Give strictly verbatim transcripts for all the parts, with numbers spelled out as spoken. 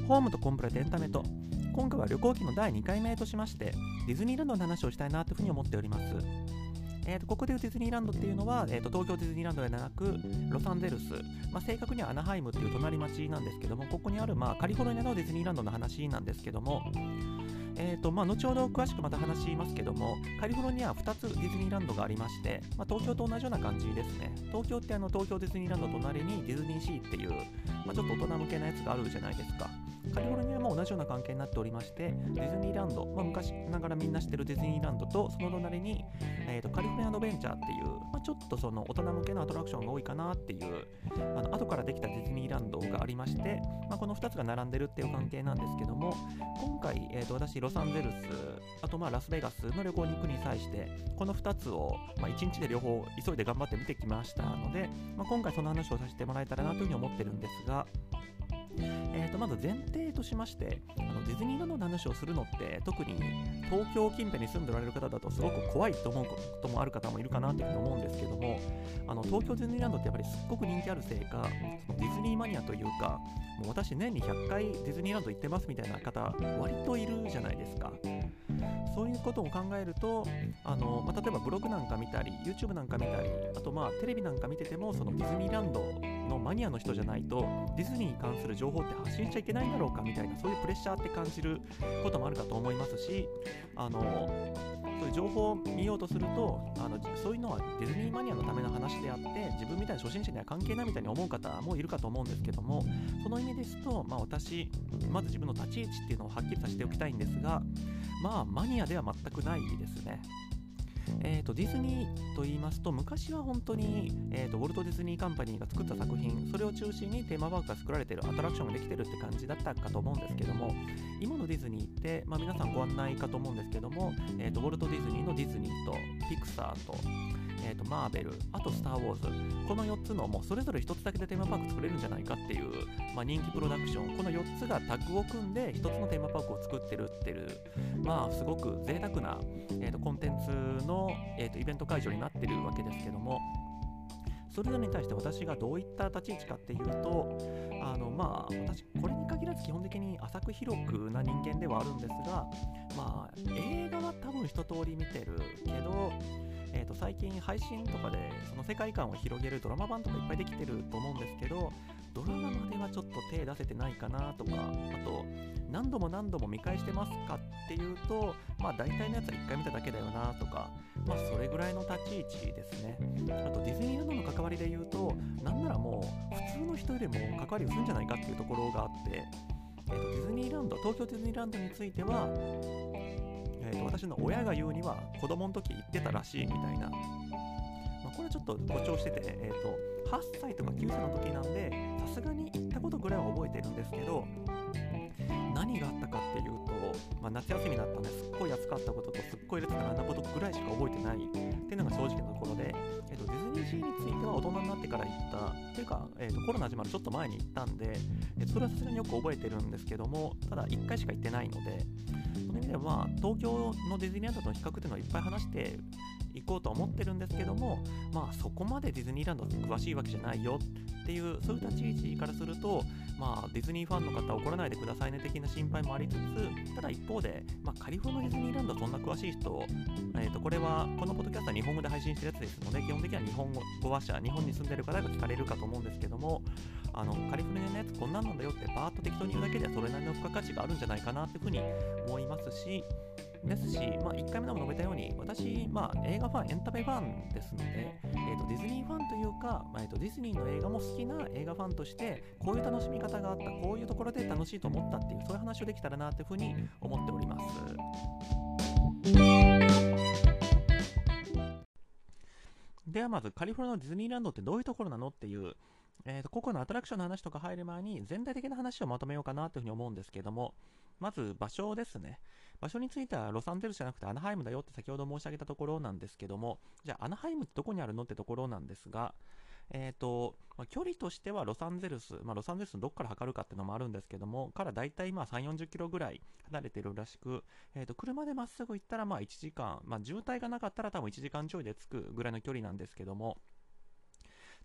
ホームとコンプラでエンタメと、今回は旅行記のだいにかいめとしましてディズニーランドの話をしたいなというふうに思っております。えー、とここでいうディズニーランドっていうのは、えー、と東京ディズニーランドではなくロサンゼルス、まあ、正確にはアナハイムっていう隣町なんですけども、ここにある、まあ、カリフォルニアのディズニーランドの話なんですけども、えーとまあ、後ほど詳しくまた話しますけども、カリフォルニアはふたつディズニーランドがありまして、まあ、東京と同じような感じですね。東京ってあの東京ディズニーランド隣にディズニーシーっていう、まあ、ちょっと大人向けなやつがあるじゃないですか。カリフォルニアも同じような関係になっておりまして、ディズニーランド、まあ、昔ながらみんな知ってるディズニーランドとその隣に、えー、とカリフォルニアアドベンチャーっていう、まあ、ちょっとその大人向けのアトラクションが多いかなっていう、あの後からできたディズニーランドがありまして、まあ、このふたつが並んでるっていう関係なんですけども、今回、えー、と私ロサンゼルス、あとまあラスベガスの旅行に行くに際してこのふたつを、まあ、いちにちで両方急いで頑張って見てきましたので、まあ、今回その話をさせてもらえたらなというふうに思ってるんですが、えー、とまず前提としまして、あのディズニーランドの話をするのって特に東京近辺に住んでおられる方だとすごく怖いと思うこともある方もいるかなというふうに思うんですけども、あの東京ディズニーランドってやっぱりすっごく人気あるせいか、そのディズニーマニアというか、もう私年にひゃっかいディズニーランド行ってますみたいな方割といるじゃないですか。そういうことを考えると、あの、まあ、例えばブログなんか見たり YouTube なんか見たり、あとまあテレビなんか見てても、そのディズニーランドのマニアの人じゃないとディズニーに関する情報って発信しちゃいけないんだろうかみたいな、そういうプレッシャーって感じることもあるかと思いますし、あのそういう情報を見ようとすると、あのそういうのはディズニーマニアのための話であって、自分みたいな初心者には関係ないみたいに思う方もいるかと思うんですけども、その意味ですと、まあ、私まず自分の立ち位置っていうのをはっきりさせておきたいんですが、まあマニアでは全くないですね。えーと、ディズニーと言いますと、昔は本当に、えーと、ウォルト・ディズニー・カンパニーが作った作品、それを中心にテーマパークが作られている、アトラクションができてるって感じだったかと思うんですけども、今のディズニーって、まあ、皆さんご案内かと思うんですけども、えーと、ウォルト・ディズニーのディズニーとピクサーと、えーと、マーベル、あとスター・ウォーズ、このよっつのもうそれぞれひとつだけでテーマパーク作れるんじゃないかっていう、まあ、人気プロダクション、このよっつがタッグを組んでひとつのテーマパークを作ってるっていう、まあすごく贅沢な、えーと、コンテンツの、えーと、イベント会場になってるわけですけども、それぞれに対して私がどういった立ち位置かっていうと、あのまあ私これに限らず基本的に浅く広くな人間ではあるんですが、まあ映画は多分一通り見てるけど、えー、と最近配信とかでその世界観を広げるドラマ版とかいっぱいできてると思うんですけど、ドラマまではちょっと手出せてないかなとか、あと何度も何度も見返してますかっていうと、まあ大体のやつはいっかい見ただけだよなとか、まあそれぐらいの立ち位置ですね。あとディズニーランドの関わりで言うと、なんならもう普通の人よりも関わり薄いんじゃないかっていうところがあって、えー、とディズニーランド、東京ディズニーランドについては、えー、と私の親が言うには子供の時行ってたらしいみたいな、まあ、これはちょっと誇張してて、えー、とはっさいとかきゅうさいの時なんで、さすがに行ったことぐらいは覚えてるんですけど、何があったかっていうと、まあ、夏休みだったんですっごい暑かったこととすっごい列並んだことぐらいしか覚えてないっていうのが正直なところで、えー、とディズニーシーについては大人になってから行ったっていうか、えー、とコロナ始まるちょっと前に行ったんで、えー、それはさすがによく覚えてるんですけども、ただいっかいしか行ってないので、その意味では、まあ、東京のディズニーランドとの比較っていうのをいっぱい話していこうとは思ってるんですけども、まあそこまでディズニーランド詳しいわけじゃないよっていう、そういう立ち位置からすると、まあディズニーファンの方怒らないでくださいね的な心配もありつつ、ただ一方で、まあ、カリフォルニアディズニーランドそんな詳しい人、えー、とこれはこのポッドキャストは日本語で配信してるやつですので、基本的には日本語話者、日本に住んでる方が聞かれるかと思うんですけども、あのカリフォルニアのやつこんなんなんだよってバーッと適当に言うだけではそれなりの付加価値があるんじゃないかなっていうふうに思いますし、ですし、まあ、いっかいめでも述べたように、私、まあ、映画ファン、エンタメファンですので、えーと、ディズニーファンというか、まあえーと、ディズニーの映画も好きな映画ファンとして、こういう楽しみ方があった、こういうところで楽しいと思ったっていう、そういう話をできたらなというふうに思っております。ではまず、カリフォルニアのディズニーランドってどういうところなのっていう、えーと、個々のアトラクションの話とか入る前に、全体的な話をまとめようかなというふうに思うんですけども、まず場所ですね。場所についてはロサンゼルスじゃなくてアナハイムだよって先ほど申し上げたところなんですけども、じゃあアナハイムってどこにあるのってところなんですが、えーとまあ、距離としてはロサンゼルス、まあ、ロサンゼルスのどこから測るかっていうのもあるんですけども、からだいたいまあさんじゅう、よんじゅっキロぐらい離れているらしく、えーと車でまっすぐ行ったらまあいちじかん、まあ、渋滞がなかったら多分いちじかんちょいで着くぐらいの距離なんですけども、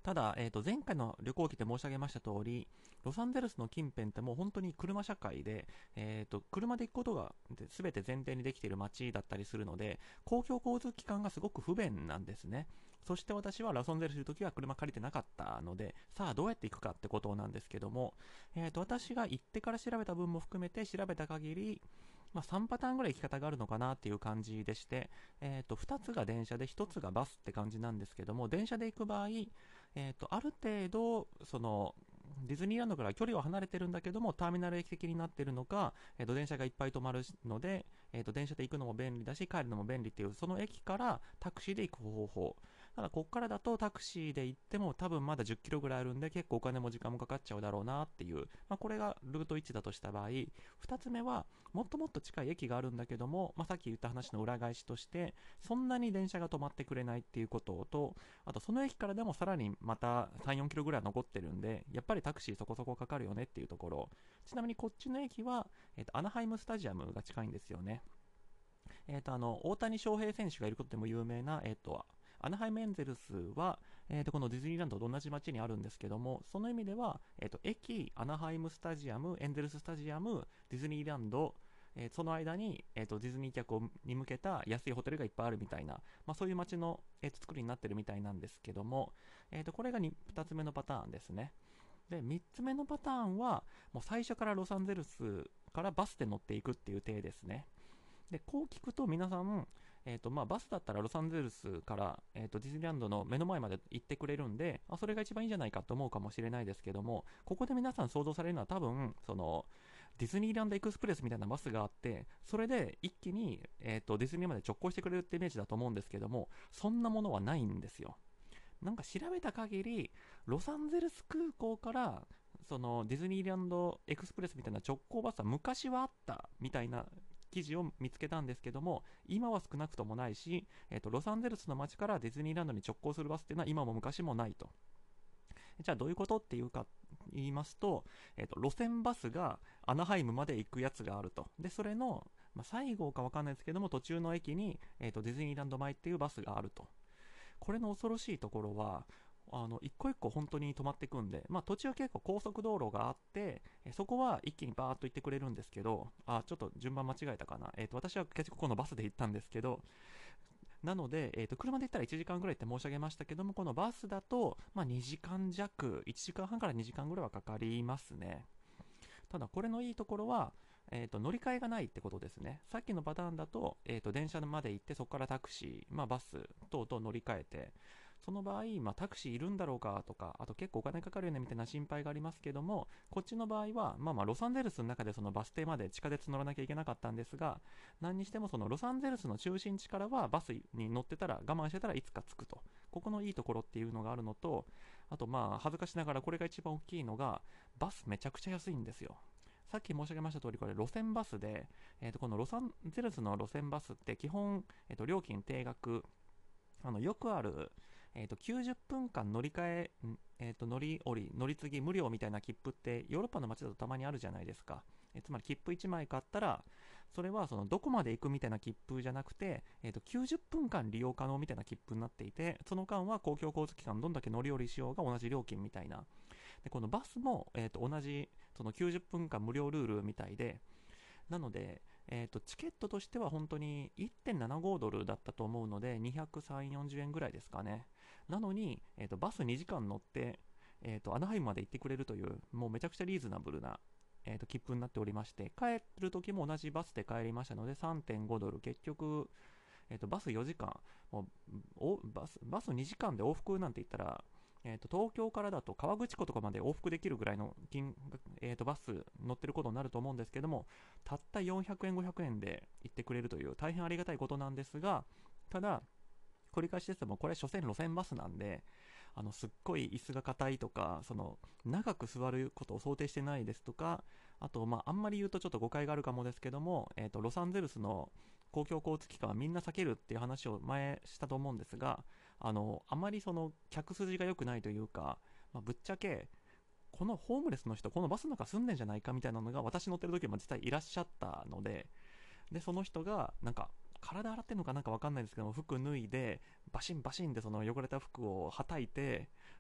ただ、えー、と前回の旅行記で申し上げました通り、ロサンゼルスの近辺ってもう本当に車社会で、えー、と車で行くことが全て前提にできている街だったりするので、公共交通機関がすごく不便なんですね。そして私はロサンゼルスにいるときは車借りてなかったので、さあどうやって行くかってことなんですけども、えー、と私が行ってから調べた分も含めて調べた限り、まあ、さんパターンぐらい行き方があるのかなっていう感じでして、えー、とふたつが電車でひとつがバスって感じなんですけども、電車で行く場合、えー、とある程度そのディズニーランドから距離は離れてるんだけどもターミナル駅的になってるのか、えー、と電車がいっぱい止まるので、えー、と電車で行くのも便利だし帰るのも便利っていう、その駅からタクシーで行く方法。ただこっからだとタクシーで行っても多分まだじゅっキロぐらいあるんで結構お金も時間もかかっちゃうだろうなっていう、まあ、これがルートいちだとした場合、ふたつめはもっともっと近い駅があるんだけども、まあ、さっき言った話の裏返しとしてそんなに電車が止まってくれないっていうことと、あとその駅からでもさらにまたさん、よんキロぐらい残ってるんで、やっぱりタクシーそこそこかかるよねっていうところ。ちなみにこっちの駅は、えー、とアナハイムスタジアムが近いんですよね。えー、とあの大谷翔平選手がいることでも有名な、えー、とアナハイムエンゼルスは、えー、とこのディズニーランドと同じ街にあるんですけども、その意味では、えー、と駅、アナハイムスタジアム、エンゼルススタジアム、ディズニーランド、えーその間に、えー、とディズニー客に向けた安いホテルがいっぱいあるみたいな、まあ、そういう街の、えー、と作りになってるみたいなんですけども、えー、とこれがふたつめのパターンですね。でみっつめのパターンはもう最初からロサンゼルスからバスで乗っていくっていう体ですね。でこう聞くと皆さん、えーとまあ、バスだったらロサンゼルスから、えーとディズニーランドの目の前まで行ってくれるんで、あそれが一番いいんじゃないかと思うかもしれないですけども、ここで皆さん想像されるのは多分そのディズニーランドエクスプレスみたいなバスがあって、それで一気に、えーとディズニーまで直行してくれるってイメージだと思うんですけども、そんなものはないんですよ。なんか調べた限りロサンゼルス空港からそのディズニーランドエクスプレスみたいな直行バスは昔はあったみたいな記事を見つけたんですけども、今は少なくともないし、えー、とロサンゼルスの街からディズニーランドに直行するバスっていうのは今も昔もないと。じゃあどういうことっていうか言いますと、えー、と路線バスがアナハイムまで行くやつがあると。でそれの、まあ、最後か分かんないですけども途中の駅に、えー、とディズニーランド前っていうバスがあると。これの恐ろしいところは、あの一個一個本当に止まっていくんで、まあ、途中は結構高速道路があって、えそこは一気にバーッと行ってくれるんですけど、あちょっと順番間違えたかな、えー、と私は結構このバスで行ったんですけど、なので、えー、と車で行ったらいちじかんぐらいって申し上げましたけども、このバスだと、まあ、にじかん弱、いちじかんはんからにじかんぐらいはかかりますね。ただこれのいいところは、えー、と乗り換えがないってことですね。さっきのパターンだと、えー、と電車まで行ってそこからタクシー、まあ、バス等々乗り換えて、その場合、まあ、タクシーいるんだろうかとか、あと結構お金かかるよねみたいな心配がありますけども、こっちの場合は、まあ、まあロサンゼルスの中でそのバス停まで地下鉄乗らなきゃいけなかったんですが、何にしてもそのロサンゼルスの中心地からはバスに乗ってたら、我慢してたらいつか着くと。ここのいいところっていうのがあるのと、あとまあ恥ずかしながらこれが一番大きいのが、バスめちゃくちゃ安いんですよ。さっき申し上げました通り、これ路線バスで、えー、とこのロサンゼルスの路線バスって基本、えー、と料金定額、あのよくある、えー、ときゅうじゅっぷんかん乗り換え、えー、と乗り降り、乗り継ぎ無料みたいな切符ってヨーロッパの街だとたまにあるじゃないですか。えー、つまり切符いちまい買ったら、それはそのどこまで行くみたいな切符じゃなくて、えー、ときゅうじゅっぷんかん利用可能みたいな切符になっていて、その間は公共交通機関どんだけ乗り降りしようが同じ料金みたいな。でこのバスも、えー、と同じそのきゅうじゅっぷんかん無料ルールみたいで、なので、えー、とチケットとしては本当に いってんななご ドルだったと思うのでにひゃくさんじゅう、よんじゅうえんぐらいですかね。なのに、えー、とバスにじかん乗って、えー、とアナハイムまで行ってくれるというもうめちゃくちゃリーズナブルな、えー、と切符になっておりまして、帰る時も同じバスで帰りましたので さんてんご ドル、結局、えー、とバスよじかん、もうおバスバスにじかんで往復なんて言ったら、えー、と東京からだと河口湖とかまで往復できるぐらいの金、えー、とバス乗ってることになると思うんですけども、たったよんひゃくえんごひゃくえんで行ってくれるという大変ありがたいことなんですが、ただ繰り返しですもこれ所詮路線バスなんで、あのすっごい椅子が硬いとか、その長く座ることを想定してないですとか、あとまああんまり言うとちょっと誤解があるかもですけども、えー、とロサンゼルスの公共交通機関はみんな避けるっていう話を前したと思うんですが、あのあまりその客筋が良くないというか、まあ、ぶっちゃけこのホームレスの人このバスの中住んでんじゃないかみたいなのが私乗ってる時も実際いらっしゃったので、でその人がなんか体洗ってるのかなんか分かんないですけども、服脱いでバシンバシンでその汚れた服をはたいて、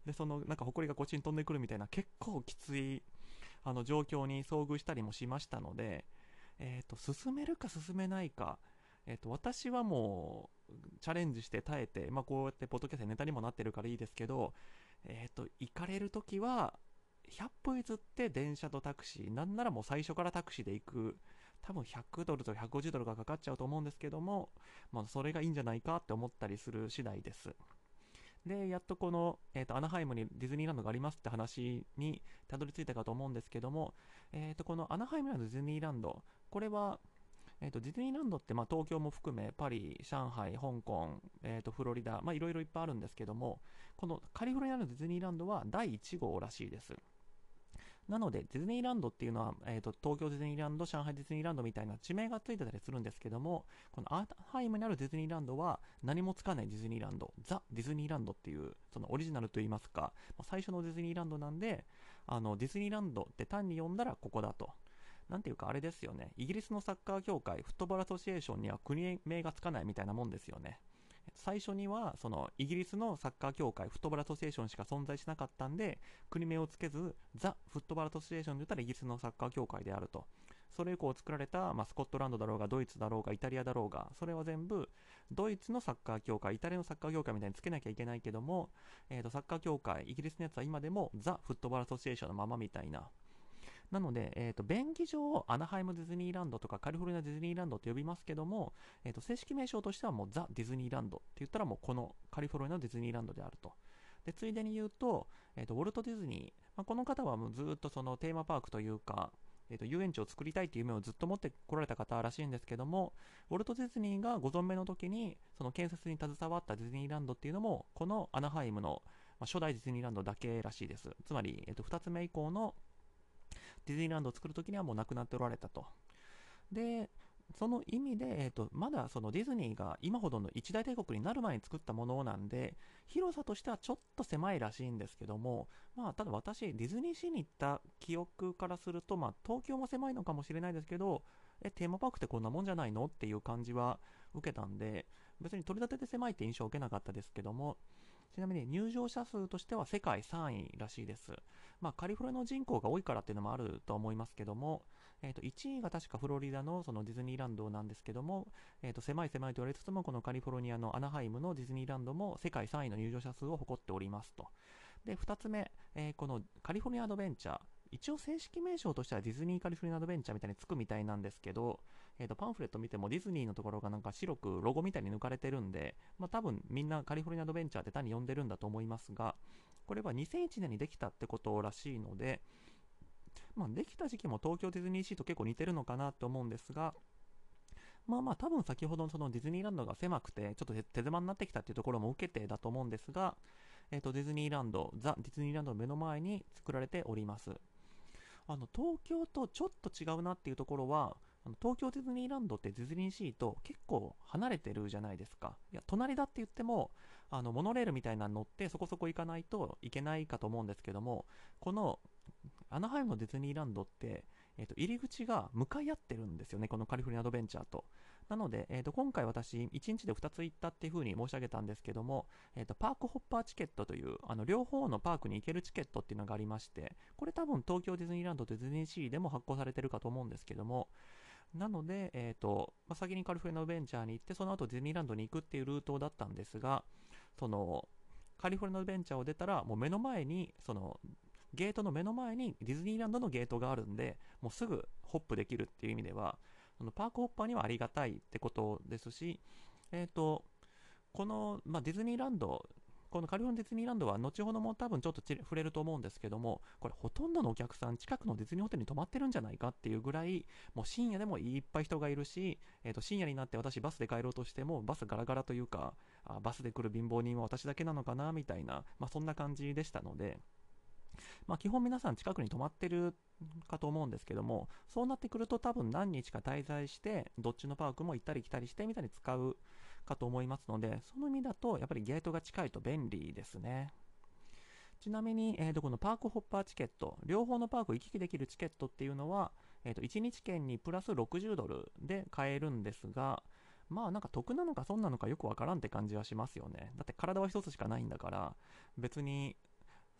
でそのなんか埃がこっちに飛んでくるみたいな結構きついあの状況に遭遇したりもしましたので、えー、と進めるか進めないか、えー、と私はもうチャレンジして耐えて、まあ、こうやってポッドキャストネタにもなってるからいいですけど、えー、と行かれるときはひゃっぷ譲って電車とタクシー、なんならもう最初からタクシーで行く、多分ひゃくドルとひゃくごじゅうドルがかかっちゃうと思うんですけども、まあ、それがいいんじゃないかって思ったりする次第です。でやっとこの、えー、とアナハイムにディズニーランドがありますって話にたどり着いたかと思うんですけども、えー、とこのアナハイムのディズニーランド、これは、えー、とディズニーランドってまあ東京も含めパリ、上海、香港、えー、とフロリダ、まあいろいろいっぱいあるんですけども、このカリフォルニアのディズニーランドはだいいち号らしいです。なのでディズニーランドっていうのは、えー、と東京ディズニーランド、上海ディズニーランドみたいな地名がついてたりするんですけども、このアーハイムにあるディズニーランドは何もつかないディズニーランド、ザ・ディズニーランドっていうそのオリジナルといいますか、最初のディズニーランドなんで、あのディズニーランドって単に呼んだらここだと。なんていうかあれですよね、イギリスのサッカー協会フットボールアソシエーションには国名がつかないみたいなもんですよね。最初にはそのイギリスのサッカー協会フットボールアソシエーションしか存在しなかったんで、国名をつけずザ・フットボールアソシエーションで言ったらイギリスのサッカー協会であると。それ以降作られた、まあ、スコットランドだろうがドイツだろうがイタリアだろうが、それは全部ドイツのサッカー協会、イタリアのサッカー協会みたいにつけなきゃいけないけども、えー、とサッカー協会イギリスのやつは今でもザ・フットボールアソシエーションのままみたいな。なので、えー、と便宜上アナハイムディズニーランドとかカリフォルニアディズニーランドと呼びますけども、えー、と正式名称としてはもうザ・ディズニーランドって言ったらもうこのカリフォルニアのディズニーランドであると。でついでに言うと、えー、とウォルト・ディズニー、まあ、この方はもうずっとそのテーマパークというか、えー、と遊園地を作りたいという夢をずっと持ってこられた方らしいんですけども、ウォルト・ディズニーがご存命の時にその建設に携わったディズニーランドっていうのもこのアナハイムの初代ディズニーランドだけらしいです。つまり、えー、とふたつめ以降のディズニーランドを作るときにはもう亡くなっておられたと。で、その意味で、えーと、まだそのディズニーが今ほどの一大帝国になる前に作ったものなんで、広さとしてはちょっと狭いらしいんですけども、まあ、ただ私、ディズニーシーに行った記憶からすると、まあ、東京も狭いのかもしれないですけど、え、テーマパークってこんなもんじゃないのっていう感じは受けたんで、別に取り立てて狭いって印象を受けなかったですけども、ちなみに入場者数としては世界さんいらしいです。まあ、カリフォルニアの人口が多いからっていうのもあると思いますけども、えー、といちいが確かフロリダのそのディズニーランドなんですけども、えー、と狭い狭いと言われつつもこのカリフォルニアのアナハイムのディズニーランドも世界さんいの入場者数を誇っておりますと。でふたつめ、えーこのカリフォルニアアドベンチャー、一応正式名称としてはディズニーカリフォルニアアドベンチャーみたいにつくみたいなんですけど、えー、とパンフレット見てもディズニーのところがなんか白くロゴみたいに抜かれてるんで、まあ、多分みんなカリフォルニアアドベンチャーって単に呼んでるんだと思いますが、これはにせんいちねんにできたってことらしいので、まあ、できた時期も東京ディズニーシーと結構似てるのかなと思うんですが、まあまあ多分先ほどのそのディズニーランドが狭くてちょっと手狭になってきたっていうところも受けてだと思うんですが、えー、とディズニーランド、ザ・ディズニーランドの目の前に作られております。あの東京とちょっと違うなっていうところは、あの東京ディズニーランドってディズニーシーと結構離れてるじゃないですか。いや隣だって言ってもあのモノレールみたいなの乗ってそこそこ行かないといけないかと思うんですけども、このアナハイムのディズニーランドって、えー、と入り口が向かい合ってるんですよね、このカリフォルニアアドベンチャーと。なので、えー、と今回私いちにちでふたつ行ったっていう風に申し上げたんですけども、えー、とパークホッパーチケットというあの両方のパークに行けるチケットっていうのがありまして、これ多分東京ディズニーランドとディズニーシーでも発行されてるかと思うんですけども、なので、えーとまあ、先にカリフォルニアアドベンチャーに行ってその後ディズニーランドに行くっていうルートだったんですが、そのカリフォルニアアドベンチャーを出たらもう目の前にそのゲートの目の前にディズニーランドのゲートがあるんで、もうすぐホップできるっていう意味ではそのパークホッパーにはありがたいってことですし、えーとこの、まあ、ディズニーランド、このカリフォルニアディズニーランドは後ほども多分ちょっと触れると思うんですけども、これほとんどのお客さん近くのディズニーホテルに泊まってるんじゃないかっていうぐらい、もう深夜でもいっぱい人がいるし、えー、と深夜になって私バスで帰ろうとしてもバスガラガラというか、あバスで来る貧乏人は私だけなのかなみたいな、まあ、そんな感じでしたので、まあ、基本皆さん近くに泊まってるかと思うんですけども、そうなってくると多分何日か滞在してどっちのパークも行ったり来たりしてみたいに使うかと思いますので、その意味だとやっぱりゲートが近いと便利ですね。ちなみに、えー、とこのパークホッパーチケット、両方のパークを行き来できるチケットっていうのは、えー、といちにち券にプラスろくじゅうドルで買えるんですが、まあなんか得なのか損なのかよくわからんって感じはしますよね。だって体は一つしかないんだから、別に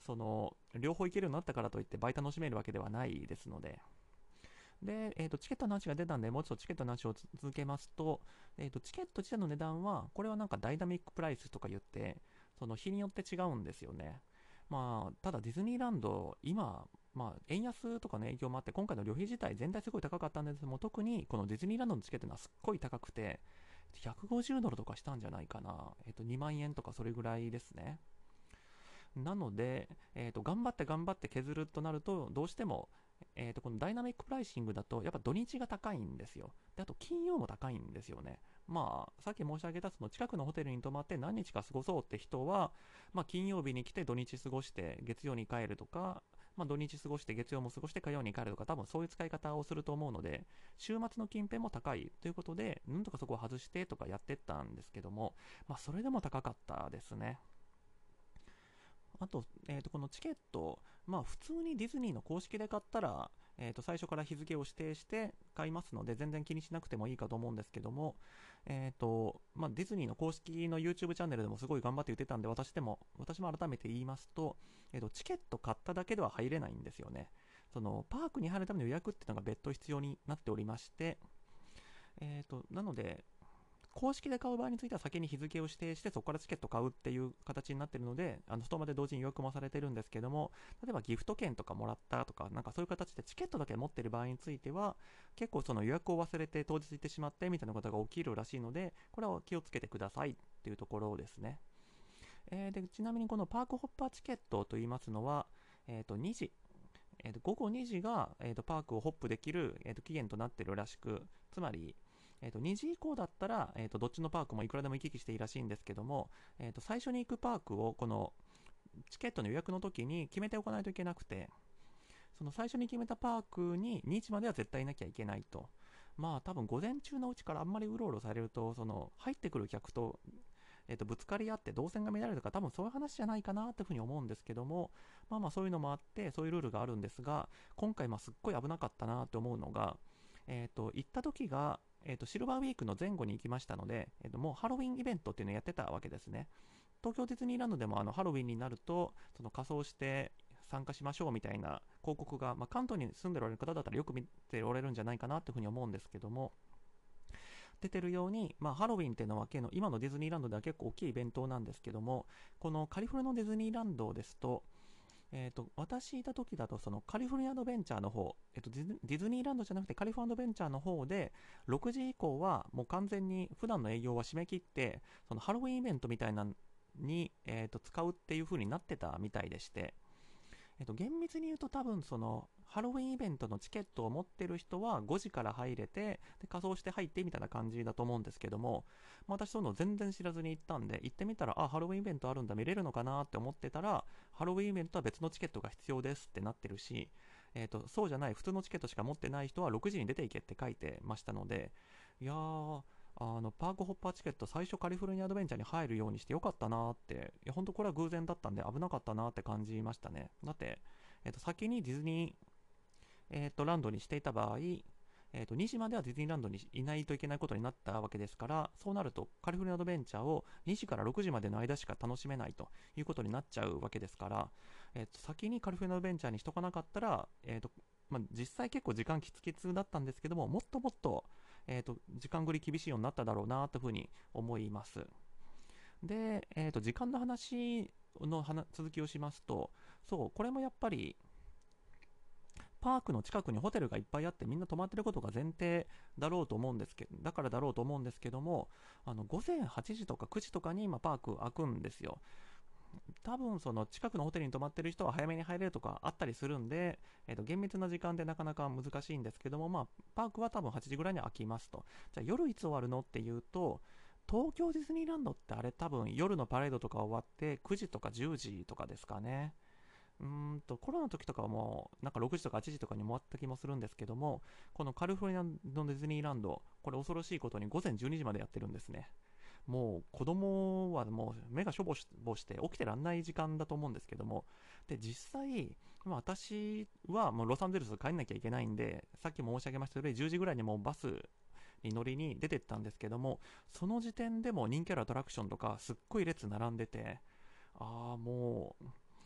その両方行けるようになったからといって倍楽しめるわけではないですので。で、えーと、チケットの話が出たんで、もうちょっとチケットの話を続けますと、えーと、チケット自体の値段は、これはなんかダイナミックプライスとか言って、その日によって違うんですよね。まあ、ただディズニーランド、今、まあ、円安とかの影響もあって、今回の旅費自体全体すごい高かったんですけども、特にこのディズニーランドのチケットはすっごい高くて、ひゃくごじゅうドルとかしたんじゃないかな。えっ、と、にまん円とかそれぐらいですね。なので、えーと、頑張って頑張って削るとなると、どうしても、えーと、このダイナミックプライシングだと、やっぱ土日が高いんですよ。で、あと金曜も高いんですよね。まあ、さっき申し上げた、その近くのホテルに泊まって何日か過ごそうって人は、まあ、金曜日に来て土日過ごして、月曜に帰るとか、まあ、土日過ごして月曜も過ごして火曜に帰るとか、多分そういう使い方をすると思うので、週末の近辺も高いということで、なんとかそこを外してとかやってったんですけども、まあ、それでも高かったですね。あと、えーと、このチケット、まあ普通にディズニーの公式で買ったら、えーと、最初から日付を指定して買いますので、全然気にしなくてもいいかと思うんですけども、えーと、まあディズニーの公式の YouTube チャンネルでもすごい頑張って言ってたんで、私でも、私も改めて言いますと、えーと、チケット買っただけでは入れないんですよね。その、パークに入るための予約っていうのが別途必要になっておりまして、えーと、なので、公式で買う場合については先に日付を指定してそこからチケット買うっていう形になっているので、あのその場で同時に予約もされてるんですけども、例えばギフト券とかもらったとか、なんかそういう形でチケットだけ持ってる場合については、結構その予約を忘れて当日行ってしまってみたいなことが起きるらしいので、これは気をつけてくださいっていうところですね。えー、でちなみにこのパークホッパーチケットといいますのは、えー、とにじ、えー、と午後にじが、えー、とパークをホップできる、えー、と期限となっているらしく、つまりえー、とにじ以降だったら、えー、とどっちのパークもいくらでも行き来していいらしいんですけども、えー、と最初に行くパークをこのチケットの予約の時に決めておかないといけなくて、その最初に決めたパークににじまでは絶対いなきゃいけないと。まあ多分午前中のうちからあんまりうろうろされると、その入ってくる客と、えー、とぶつかり合って動線が乱れるとか、多分そういう話じゃないかなというふうに思うんですけども、まあまあそういうのもあってそういうルールがあるんですが、今回まあすっごい危なかったなと思うのが、えー、と行った時がえー、とシルバーウィークの前後に行きましたので、えー、ともうハロウィンイベントっていうのをやってたわけですね。東京ディズニーランドでもあのハロウィンになるとその仮装して参加しましょうみたいな広告が、まあ、関東に住んでおられる方だったらよく見ておられるんじゃないかなというふうに思うんですけども、出てるように、まあ、ハロウィンっていうのは今のディズニーランドでは結構大きいイベントなんですけども、このカリフォルニアのディズニーランドですと、えーと、私いた時だとそのカリフォルニアアドベンチャーの方、えーと、ディズニーランドじゃなくてカリフォルニアアドベンチャーの方でろくじ以降はもう完全に普段の営業は締め切って、そのハロウィンイベントみたいなのに、えーと、使うっていう風になってたみたいでして、えっと、厳密に言うと多分そのハロウィンイベントのチケットを持ってる人はごじから入れて、で仮装して入ってみたいな感じだと思うんですけども、まあ、私そういうの全然知らずに行ったんで、行ってみたら、あ、ハロウィンイベントあるんだ、見れるのかなって思ってたら、ハロウィンイベントは別のチケットが必要ですってなってるし、えっと、そうじゃない普通のチケットしか持ってない人はろくじに出ていけって書いてましたので、いやー、あのパークホッパーチケット最初カリフォルニアアドベンチャーに入るようにしてよかったなって、いや本当これは偶然だったんで危なかったなって感じましたね。だってえっと、先にディズニー、えっと、ランドにしていた場合、えっと、にじまではディズニーランドにいないといけないことになったわけですから、そうなるとカリフォルニアアドベンチャーをにじからろくじまでの間しか楽しめないということになっちゃうわけですから、えっと、先にカリフォルニアアドベンチャーにしとかなかったら、えっとまあ、実際結構時間きつきつだったんですけども、もっともっと、えっと、時間繰り厳しいようになっただろうなというふうに思います。で、えっと、時間の話の続きをしますと、そう、これもやっぱりパークの近くにホテルがいっぱいあってみんな泊まってることが前提だろうと思うんですけど、だからだろうと思うんですけども、あの午前はちじとかくじとかに今パーク開くんですよ。多分その近くのホテルに泊まってる人は早めに入れるとかあったりするんで、えー、と厳密な時間でなかなか難しいんですけども、まあ、パークは多分はちじぐらいに開きますと。じゃあ夜いつ終わるのっていうと、東京ディズニーランドってあれ多分夜のパレードとか終わってくじとかじゅうじとかですかね。うーんとコロナの時とかはもうなんかろくじとかはちじとかに終わった気もするんですけども、このカリフォルニアのディズニーランド、これ恐ろしいことに午前じゅうにじまでやってるんですね。もう子供はもう目がしょぼしぼして起きてらんない時間だと思うんですけども、で実際、まあ、私はもうロサンゼルス帰んなきゃいけないんで、さっきも申し上げましたようにじゅうじぐらいにもうバスに乗りに出てったんですけども、その時点でも人気あるアトラクションとかすっごい列並んでて、ああもう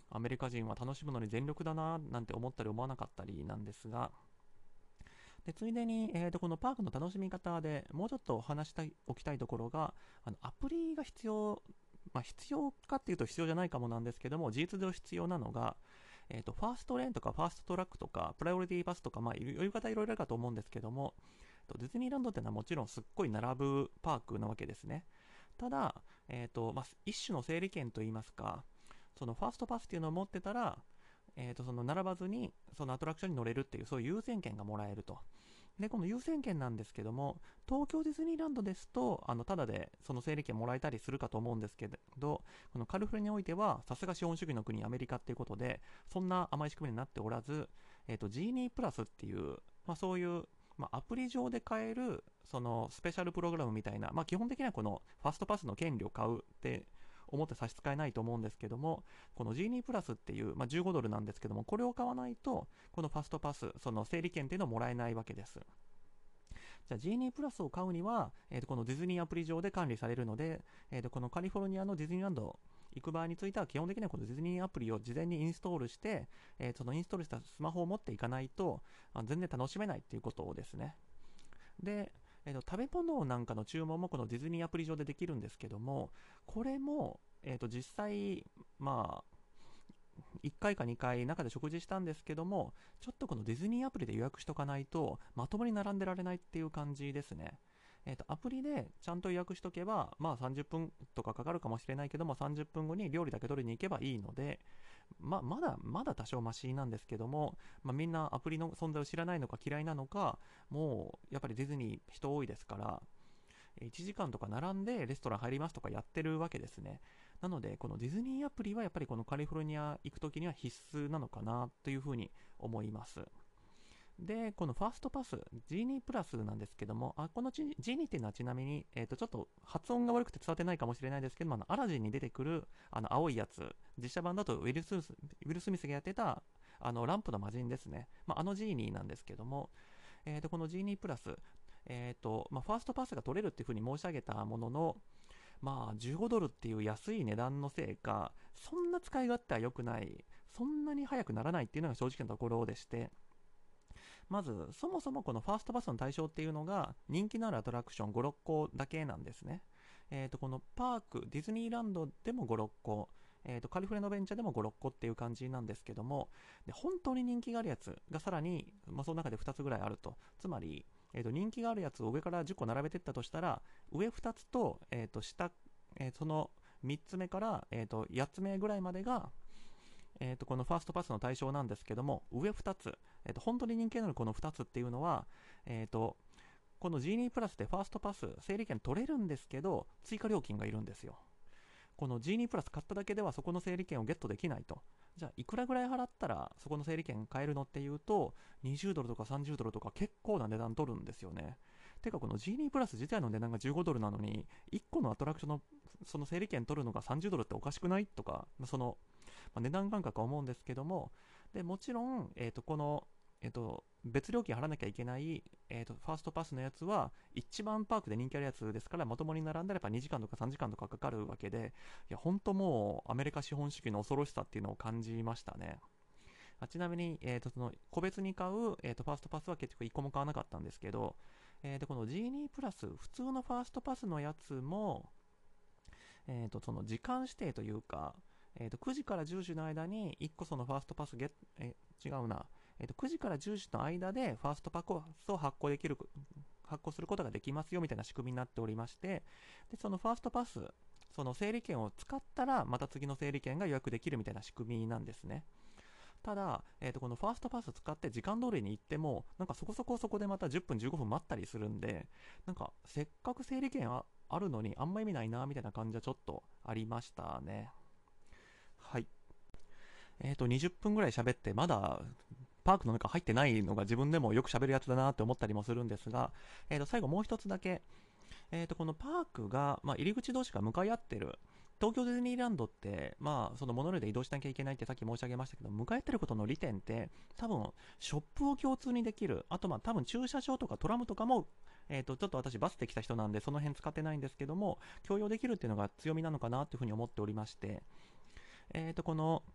アメリカ人は楽しむのに全力だななんて思ったり思わなかったりなんですが、でついでに、えー、とこのパークの楽しみ方でもうちょっと話しておきたいところが、あのアプリが必要、まあ、必要かっていうと必要じゃないかもなんですけども、事実上必要なのが、えー、とファーストレーンとかファーストトラックとかプライオリティパスとか、まあ、いう言い方いろいろあるかと思うんですけども、ディズニーランドってのはもちろんすっごい並ぶパークなわけですね。ただ、えーとまあ、一種の整理券といいますか、そのファーストパスっていうのを持ってたら、えー、とその並ばずにそのアトラクションに乗れるっていう、そういう優先権がもらえると。でこの優先権なんですけども、東京ディズニーランドですとあのタダでその整理券もらえたりするかと思うんですけど、このカリフォルニアにおいてはさすが資本主義の国アメリカっていうことでそんな甘い仕組みになっておらず、えー、とジーニープラスっていう、まあ、そういう、まあ、アプリ上で買えるそのスペシャルプログラムみたいな、まあ、基本的にはこのファストパスの権利を買うって思って差し支えないと思うんですけども、このジーニープラスっていう、まあ、じゅうごドルなんですけども、これを買わないとこのファストパス、その整理券っていうのをもらえないわけです。じゃあ ジーニープラスを買うには、えー、とこのディズニーアプリ上で管理されるので、えー、とこのカリフォルニアのディズニーランド行く場合については基本的にはこのディズニーアプリを事前にインストールして、えー、そのインストールしたスマホを持っていかないとあ全然楽しめないっていうことですね。で、えー、と食べ物なんかの注文もこのディズニーアプリ上でできるんですけども、これも、えー、と実際まあいっかいかにかい中で食事したんですけども、ちょっとこのディズニーアプリで予約しとかないとまともに並んでられないっていう感じですね。えー、とアプリでちゃんと予約しとけば、まあさんじゅっぷんとかかかるかもしれないけども、さんじゅっぷんごに料理だけ取りに行けばいいので、ままだまだ多少マシなんですけども、まあ、みんなアプリの存在を知らないのか嫌いなのか、もうやっぱりディズニー人多いですから、いちじかんとか並んでレストラン入りますとかやってるわけですね。なのでこのディズニーアプリはやっぱりこのカリフォルニア行くときには必須なのかなというふうに思います。でこのファーストパスジーニープラスなんですけども、あこのジーニーっていうのはちなみに、えー、とちょっと発音が悪くて伝わってないかもしれないですけども、あのアラジンに出てくるあの青いやつ、実写版だとウィルス・ウィルスミスがやってたあのランプの魔人ですね、まあ、あのジーニーなんですけども、えー、とこのジーニープラス、えーとまあ、ファーストパスが取れるっていうふうに申し上げたものの、まあじゅうごドルっていう安い値段のせいか、そんな使い勝手は良くない、そんなに早くならないっていうのが正直なところでして、まずそもそもこのファーストパスの対象っていうのが人気のあるアトラクションご、ろっこだけなんですね。えーとこのパークディズニーランドでもご、ろっこ、えーとカリフォルニアのベンチャーでもご、ろっこっていう感じなんですけども、で本当に人気があるやつがさらに、まあ、その中でふたつぐらいあると。つまり、えーと人気があるやつを上からじゅっこ並べていったとしたら、上ふたつと、えーと下、えーそのみっつめから、えーとやっつめぐらいまでが、えー、とこのファーストパスの対象なんですけども、上ふたつ、えー、と本当に人気のあるこのふたつっていうのは、えー、とこの ジーニー プラスでファーストパス整理券取れるんですけど、追加料金がいるんですよ。この ジーニー プラス買っただけではそこの整理券をゲットできないと。じゃあいくらぐらい払ったらそこの整理券買えるのっていうと、にじゅうドルとかさんじゅうドルとか結構な値段取るんですよね。てかこの ジーニー プラス自体の値段がじゅうごドルなのに、いっこのアトラクションのその整理券取るのがさんじゅうドルっておかしくないとか、その、まあ、値段感覚は思うんですけども、でもちろん、えー、とこの、えー、と別料金払わなきゃいけない、えー、とファーストパスのやつは一番パークで人気あるやつですから、まともに並んだらやっぱにじかんとかさんじかんとかかかるわけで、いや本当もうアメリカ資本主義の恐ろしさっていうのを感じましたね。あちなみに、えー、とその個別に買う、えー、とファーストパスは結局いっこも買わなかったんですけど、えー、でこの ジーニー プラス普通のファーストパスのやつも、えー、とその時間指定というか、えー、とくじからじゅうじの間にいっこそのファーストパスゲット、えー、違うな、えー、とくじからじゅうじの間でファーストパスを発行できる発行することができますよみたいな仕組みになっておりまして、でそのファーストパス、その整理券を使ったらまた次の整理券が予約できるみたいな仕組みなんですね。ただ、えー、とこのファーストパス使って時間通りに行っても、なんかそこそこそこでまたじゅっぷんじゅうごふん待ったりするんで、なんかせっかく整理券ああるのにあんま意味ないなみたいな感じはちょっとありましたね。はい。えっ、とにじゅっぷんぐらい喋ってまだパークの中入ってないのが自分でもよく喋るやつだなって思ったりもするんですが、えー、と最後もう一つだけ、えー、とこのパークが、まあ、入り口同士が向かい合ってる東京ディズニーランドって、まあ、そのモノレールで移動しなきゃいけないってさっき申し上げましたけど、向かい合ってることの利点って多分ショップを共通にできる、あとまあ多分駐車場とかトラムとかも、えー、とちょっと私バスで来た人なんでその辺使ってないんですけども、共用できるっていうのが強みなのかなというふうに思っておりまして、えー、とこの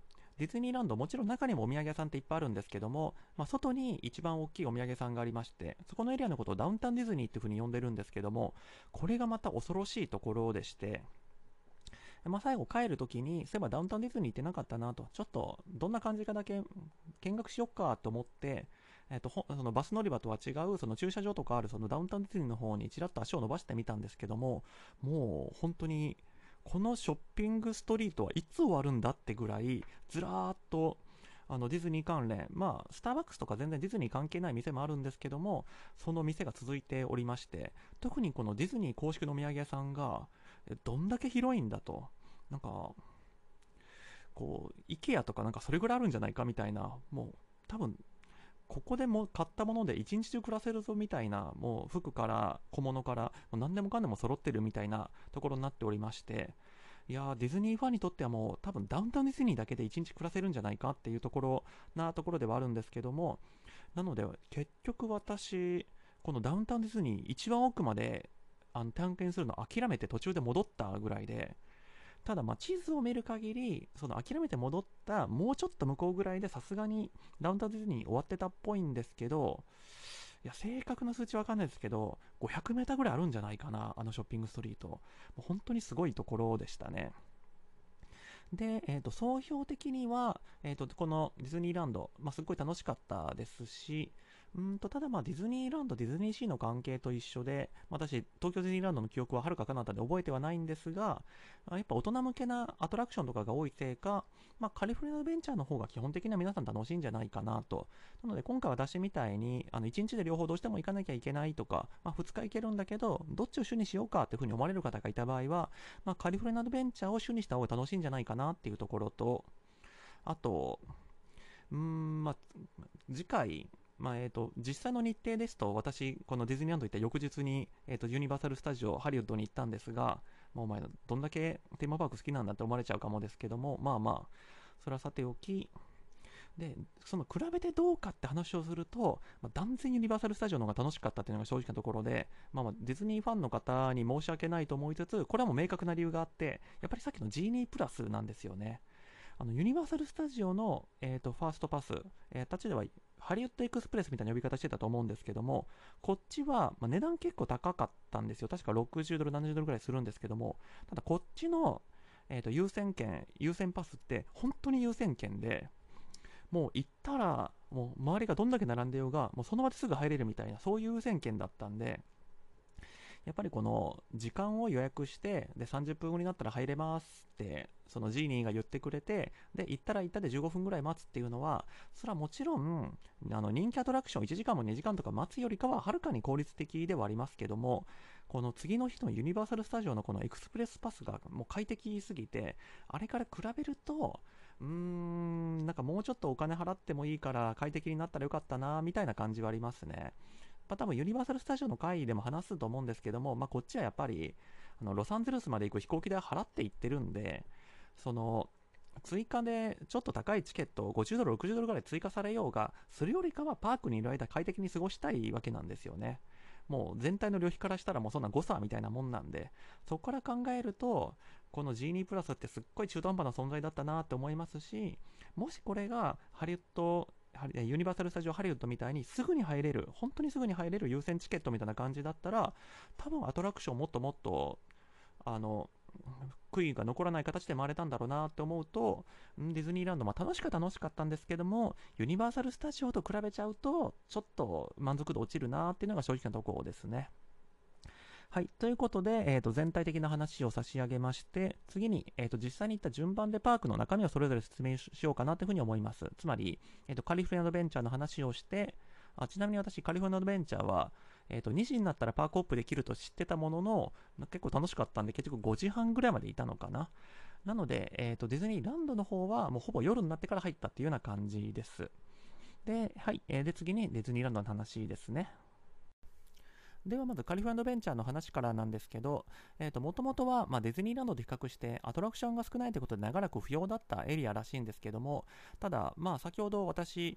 ディズニーランドもちろん中にもお土産屋さんっていっぱいあるんですけども、まあ、外に一番大きいお土産屋さんがありまして、そこのエリアのことをダウンタウンディズニーっていうふうに呼んでるんですけども、これがまた恐ろしいところでして、まあ、最後帰るときに、そういえばダウンタウンディズニー行ってなかったなと、ちょっとどんな感じかだけ見学しよっかと思って、えっと、そのバス乗り場とは違うその駐車場とかあるそのダウンタウンディズニーの方にちらっと足を伸ばしてみたんですけども、もう本当にこのショッピングストリートはいつ終わるんだってぐらいずらーっとあのディズニー関連、まあスターバックスとか全然ディズニー関係ない店もあるんですけども、その店が続いておりまして、特にこのディズニー公式のお土産屋さんがどんだけ広いんだと、なんかこう IKEA とかなんかそれぐらいあるんじゃないかみたいな、もう多分ここでも買ったもので一日中暮らせるぞみたいな、もう服から小物からもう何でもかんでも揃ってるみたいなところになっておりまして、いやーディズニーファンにとってはもう多分ダウンタウンディズニーだけで一日暮らせるんじゃないかっていうところなところではあるんですけども、なので結局私このダウンタウンディズニー一番奥まであの探検するの諦めて途中で戻ったぐらいで、ただまあ地図を見る限りその諦めて戻ったもうちょっと向こうぐらいでさすがにダウンタウンディズニー終わってたっぽいんですけど、いや正確な数値わかんないですけどごひゃくメーターぐらいあるんじゃないかな、あのショッピングストリート。もう本当にすごいところでしたね。で、えー、と総評的には、えー、とこのディズニーランド、まあ、すっごい楽しかったですし、うんとただまあディズニーランド、ディズニーシーの関係と一緒で、私、東京ディズニーランドの記憶ははるか彼方で覚えてはないんですが、やっぱ大人向けなアトラクションとかが多いせいか、まあ、カリフォルニアアドベンチャーの方が基本的には皆さん楽しいんじゃないかなと。なので今回私みたいにあのいちにちで両方どうしても行かなきゃいけないとか、まあ、ふつか行けるんだけどどっちを主にしようかっていうふうに思われる方がいた場合は、まあ、カリフォルニアアドベンチャーを主にした方が楽しいんじゃないかなっていうところと、あとうーんまあ次回、まあえー、と実際の日程ですと、私このディズニーランド行った翌日に、えー、とユニバーサル・スタジオハリウッドに行ったんですが、もうお前どんだけテーマパーク好きなんだって思われちゃうかもですけども、まあまあそれはさておき、でその比べてどうかって話をすると、まあ、断然ユニバーサル・スタジオの方が楽しかったっていうのが正直なところで、まあ、まあディズニーファンの方に申し訳ないと思いつつ、これはもう明確な理由があって、やっぱりさっきのジーニープラスなんですよね。あのユニバーサル・スタジオの、えー、とファーストパス、えー、たちではハリウッドエクスプレスみたいな呼び方してたと思うんですけども、こっちは、まあ、値段結構高かったんですよ。確かろくじゅうドル、ななじゅうドルぐらいするんですけども、ただこっちの、えー、と優先券、優先パスって本当に優先券で、もう行ったらもう周りがどんだけ並んでようがもうその場ですぐ入れるみたいな、そういう優先権だったんで、やっぱりこの時間を予約してでさんじゅっぷんごになったら入れますってそのジーニーが言ってくれて、で行ったら行ったでじゅうごふんぐらい待つっていうのは、それはもちろんあの人気アトラクションいちじかんもにじかんとか待つよりかははるかに効率的ではありますけども、この次の日のユニバーサル・スタジオのこのエクスプレスパスがもう快適すぎて、あれから比べるとうーんなんかもうちょっとお金払ってもいいから快適になったらよかったなみたいな感じはありますね。まあ、多分ユニバーサル・スタジオの回でも話すと思うんですけども、まあ、こっちはやっぱりあのロサンゼルスまで行く飛行機代払って行ってるんで、その追加でちょっと高いチケットをごじゅうドルろくじゅうドルぐらい追加されようがするよりかはパークにいる間快適に過ごしたいわけなんですよね。もう全体の旅費からしたらもうそんな誤差みたいなもんなんで、そこから考えるとこのジーニープラスってすっごい中途半端な存在だったなって思いますし、もしこれがハリウッドユニバーサル・スタジオ・ハリウッドみたいにすぐに入れる、本当にすぐに入れる優先チケットみたいな感じだったら、多分アトラクションもっともっとあの悔いが残らない形で回れたんだろうなって思うと、ディズニーランド、まあ、楽しかった楽しかったんですけども、ユニバーサル・スタジオと比べちゃうとちょっと満足度落ちるなっていうのが正直なところですね。はい、ということで、えー、と全体的な話を差し上げまして、次に、えー、と実際に行った順番でパークの中身をそれぞれ説明しようかなというふうに思います。つまり、えー、とカリフォルニアアドベンチャーの話をして、あちなみに私カリフォルニアアドベンチャーは、えー、とにじになったらパークホップできると知ってたものの、結構楽しかったんで結局ごじはんぐらいまでいたのかな。なので、えー、とディズニーランドの方はもうほぼ夜になってから入ったっていうような感じです。で、はい、えー、で次にディズニーランドの話ですね。ではまずカリフォルニアアドベンチャーの話からなんですけど、もともとは、まあ、ディズニーランドと比較してアトラクションが少ないということで長らく不要だったエリアらしいんですけども、ただ、まあ、先ほど私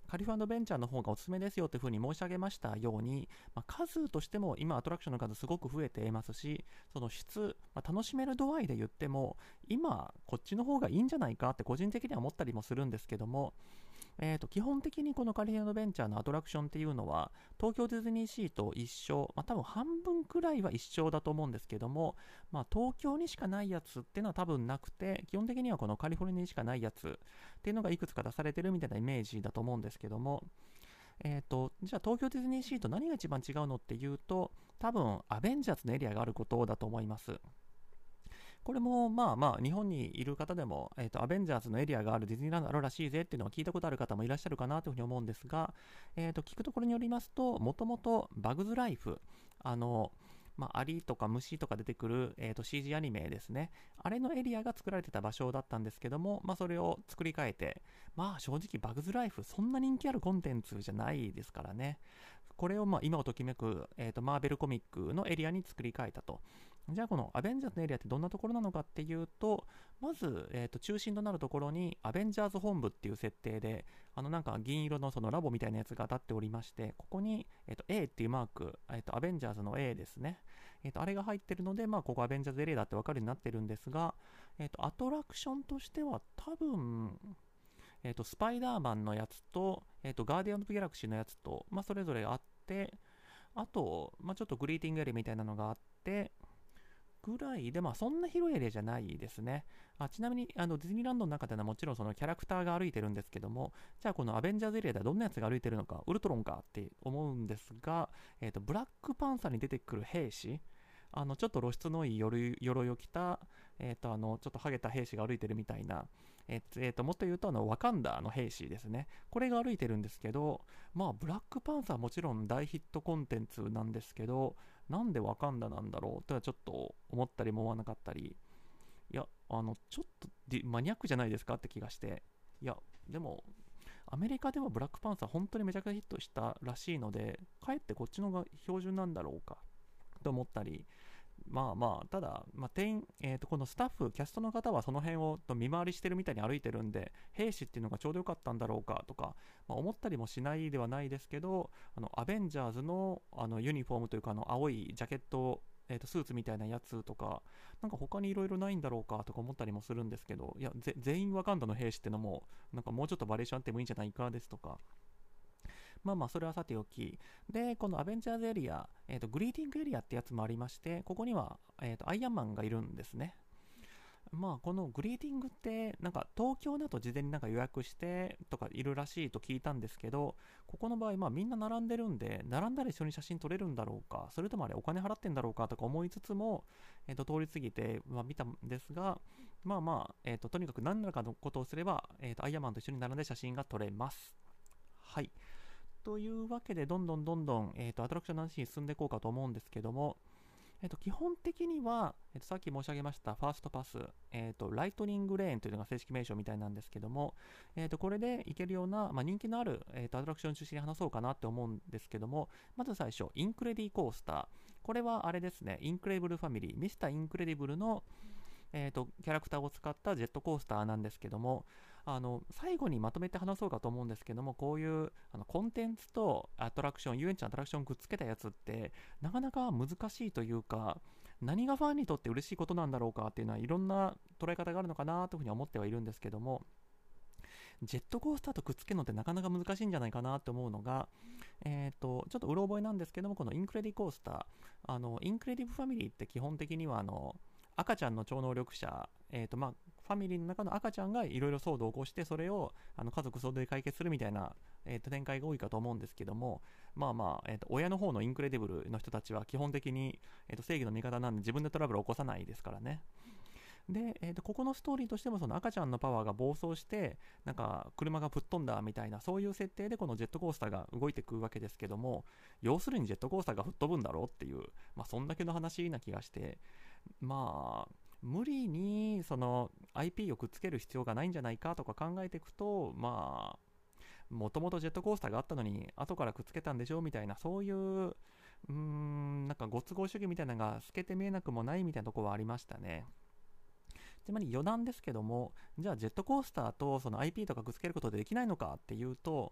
カリフアドベンチャーの方がおすすめですよというふうに申し上げましたように、まあ、数としても今アトラクションの数すごく増えていますし、その質、まあ、楽しめる度合いで言っても今こっちの方がいいんじゃないかって個人的には思ったりもするんですけども、えーと、基本的にこのカリフアドベンチャーのアトラクションっていうのは東京ディズニーシーと一緒、まあ、多分半分くらいは一緒だと思うんですけども、まあ、東京にしかないやつっていうのは多分なくて、基本的にはこのカリフォルニアにしかないやつっていうのがいくつか出されてるみたいなイメージだと思うんですけども、えーと、じゃあ東京ディズニーシーと何が一番違うのっていうと、多分アベンジャーズのエリアがあることだと思います。これもまあまあ日本にいる方でも、えーと、アベンジャーズのエリアがあるディズニーランドあるらしいぜっていうのを聞いたことある方もいらっしゃるかなというふうに思うんですが、えーと、聞くところによりますと、もともとバグズライフ、あのまあ、アリとか虫とか出てくる、えーと シージー アニメですね。あれのエリアが作られてた場所だったんですけども、まあ、それを作り変えて、まあ正直バグズライフそんな人気あるコンテンツじゃないですからね。これをまあ今をときめく、えーとマーベルコミックのエリアに作り変えたと。じゃあこのアベンジャーズのエリアってどんなところなのかっていうと、まず、えーと中心となるところにアベンジャーズ本部っていう設定で、あのなんか銀色のそのラボみたいなやつが当たっておりまして、ここに、えーと A っていうマーク、えーとアベンジャーズの A ですね。えーとあれが入ってるので、まあここアベンジャーズエリアだって分かるようになってるんですが、えーとアトラクションとしては多分、えーとスパイダーマンのやつと、えーとガーディアンズ・オブ・ギャラクシーのやつと、まあそれぞれあって、あと、まあ、ちょっとグリーティングエリアみたいなのがあって、ぐらいで、まあそんな広いエリアじゃないですね。あちなみにあのディズニーランドの中ではもちろんそのキャラクターが歩いてるんですけども、じゃあこのアベンジャーズエリアではどんなやつが歩いてるのか、ウルトロンかって思うんですが、えーとブラックパンサーに出てくる兵士、あのちょっと露出のいい鎧鎧を着た、えーとあのちょっとハゲた兵士が歩いてるみたいな、えーとえーともっと言うとあのワカンダの兵士ですね。これが歩いてるんですけど、まあブラックパンサーはもちろん大ヒットコンテンツなんですけど、なんでワカンダなんだろうとはちょっと思ったりも思わなかったり、いや、あの、ちょっとマニアックじゃないですかって気がして、いや、でも、アメリカでもブラックパンサー本当にめちゃくちゃヒットしたらしいので、かえってこっちの方が標準なんだろうかと思ったり、まあまあ、ただ、まあ、店員、えーと、このスタッフ、キャストの方はその辺を見回りしてるみたいに歩いてるんで、兵士っていうのがちょうどよかったんだろうかとか、まあ、思ったりもしないではないですけど、あのアベンジャーズの、あのユニフォームというか、あの青いジャケット、えーと、スーツみたいなやつとか、なんか他にいろいろないんだろうかとか思ったりもするんですけど、いや、全員ワカンダの兵士ってのも、なんかもうちょっとバリエーションあってもいいんじゃないかですとか、まあまあそれはさておき、でこのアベンジャーズエリア、えーとグリーティングエリアってやつもありまして、ここには、えーとアイアンマンがいるんですね。まあこのグリーティングってなんか東京だと事前になんか予約してとかいるらしいと聞いたんですけど、ここの場合まあみんな並んでるんで、並んだら一緒に写真撮れるんだろうか、それともあれお金払ってんだろうかとか思いつつも、えー、と通り過ぎて、まあ、見たんですが、まあまあ、えー、ととにかく何らかのことをすれば、えー、とアイアンマンと一緒に並んで写真が撮れます。はい、というわけでどんどんどんどん、えー、とアトラクションの話に進んでいこうかと思うんですけども、えっと、基本的には、えっと、さっき申し上げましたファーストパス、えっと、ライトニングレーンというのが正式名称みたいなんですけども、えっと、これで行けるような、まあ、人気のある、えっと、アトラクションを中心に話そうかなって思うんですけども、まず最初、インクレディコースター。これはあれですね、インクレディブルファミリー、ミスターインクレディブルの、えっと、キャラクターを使ったジェットコースターなんですけども、あの最後にまとめて話そうかと思うんですけども、こういうあのコンテンツとアトラクション、遊園地のアトラクションをくっつけたやつってなかなか難しいというか、何がファンにとって嬉しいことなんだろうかっていうのはいろんな捉え方があるのかなというふうに思ってはいるんですけども、ジェットコースターとくっつけるのってなかなか難しいんじゃないかなと思うのが、えー、とちょっとうろ覚えなんですけども、このインクレディコースター、あのインクレディブファミリーって基本的にはあの赤ちゃんの超能力者、えーとまあ、ファミリーの中の赤ちゃんがいろいろ騒動を起こして、それをあの家族総動で解決するみたいな、えーと展開が多いかと思うんですけども、まあまあ、えーと親の方のインクレディブルの人たちは基本的に、えーと正義の味方なんで自分でトラブルを起こさないですからね。で、えーとここのストーリーとしても、その赤ちゃんのパワーが暴走してなんか車が吹っ飛んだみたいな、そういう設定でこのジェットコースターが動いていくわけですけども、要するにジェットコースターが吹っ飛ぶんだろうっていう、まあ、そんだけの話な気がして、まあ無理にその アイピー をくっつける必要がないんじゃないかとか考えていくと、まあもともとジェットコースターがあったのに後からくっつけたんでしょみたいな、そういううーんなんかご都合主義みたいなのが透けて見えなくもないみたいなところはありましたね。つまり余談ですけども、じゃあジェットコースターとその アイピー とかくっつけることでできないのかっていうと、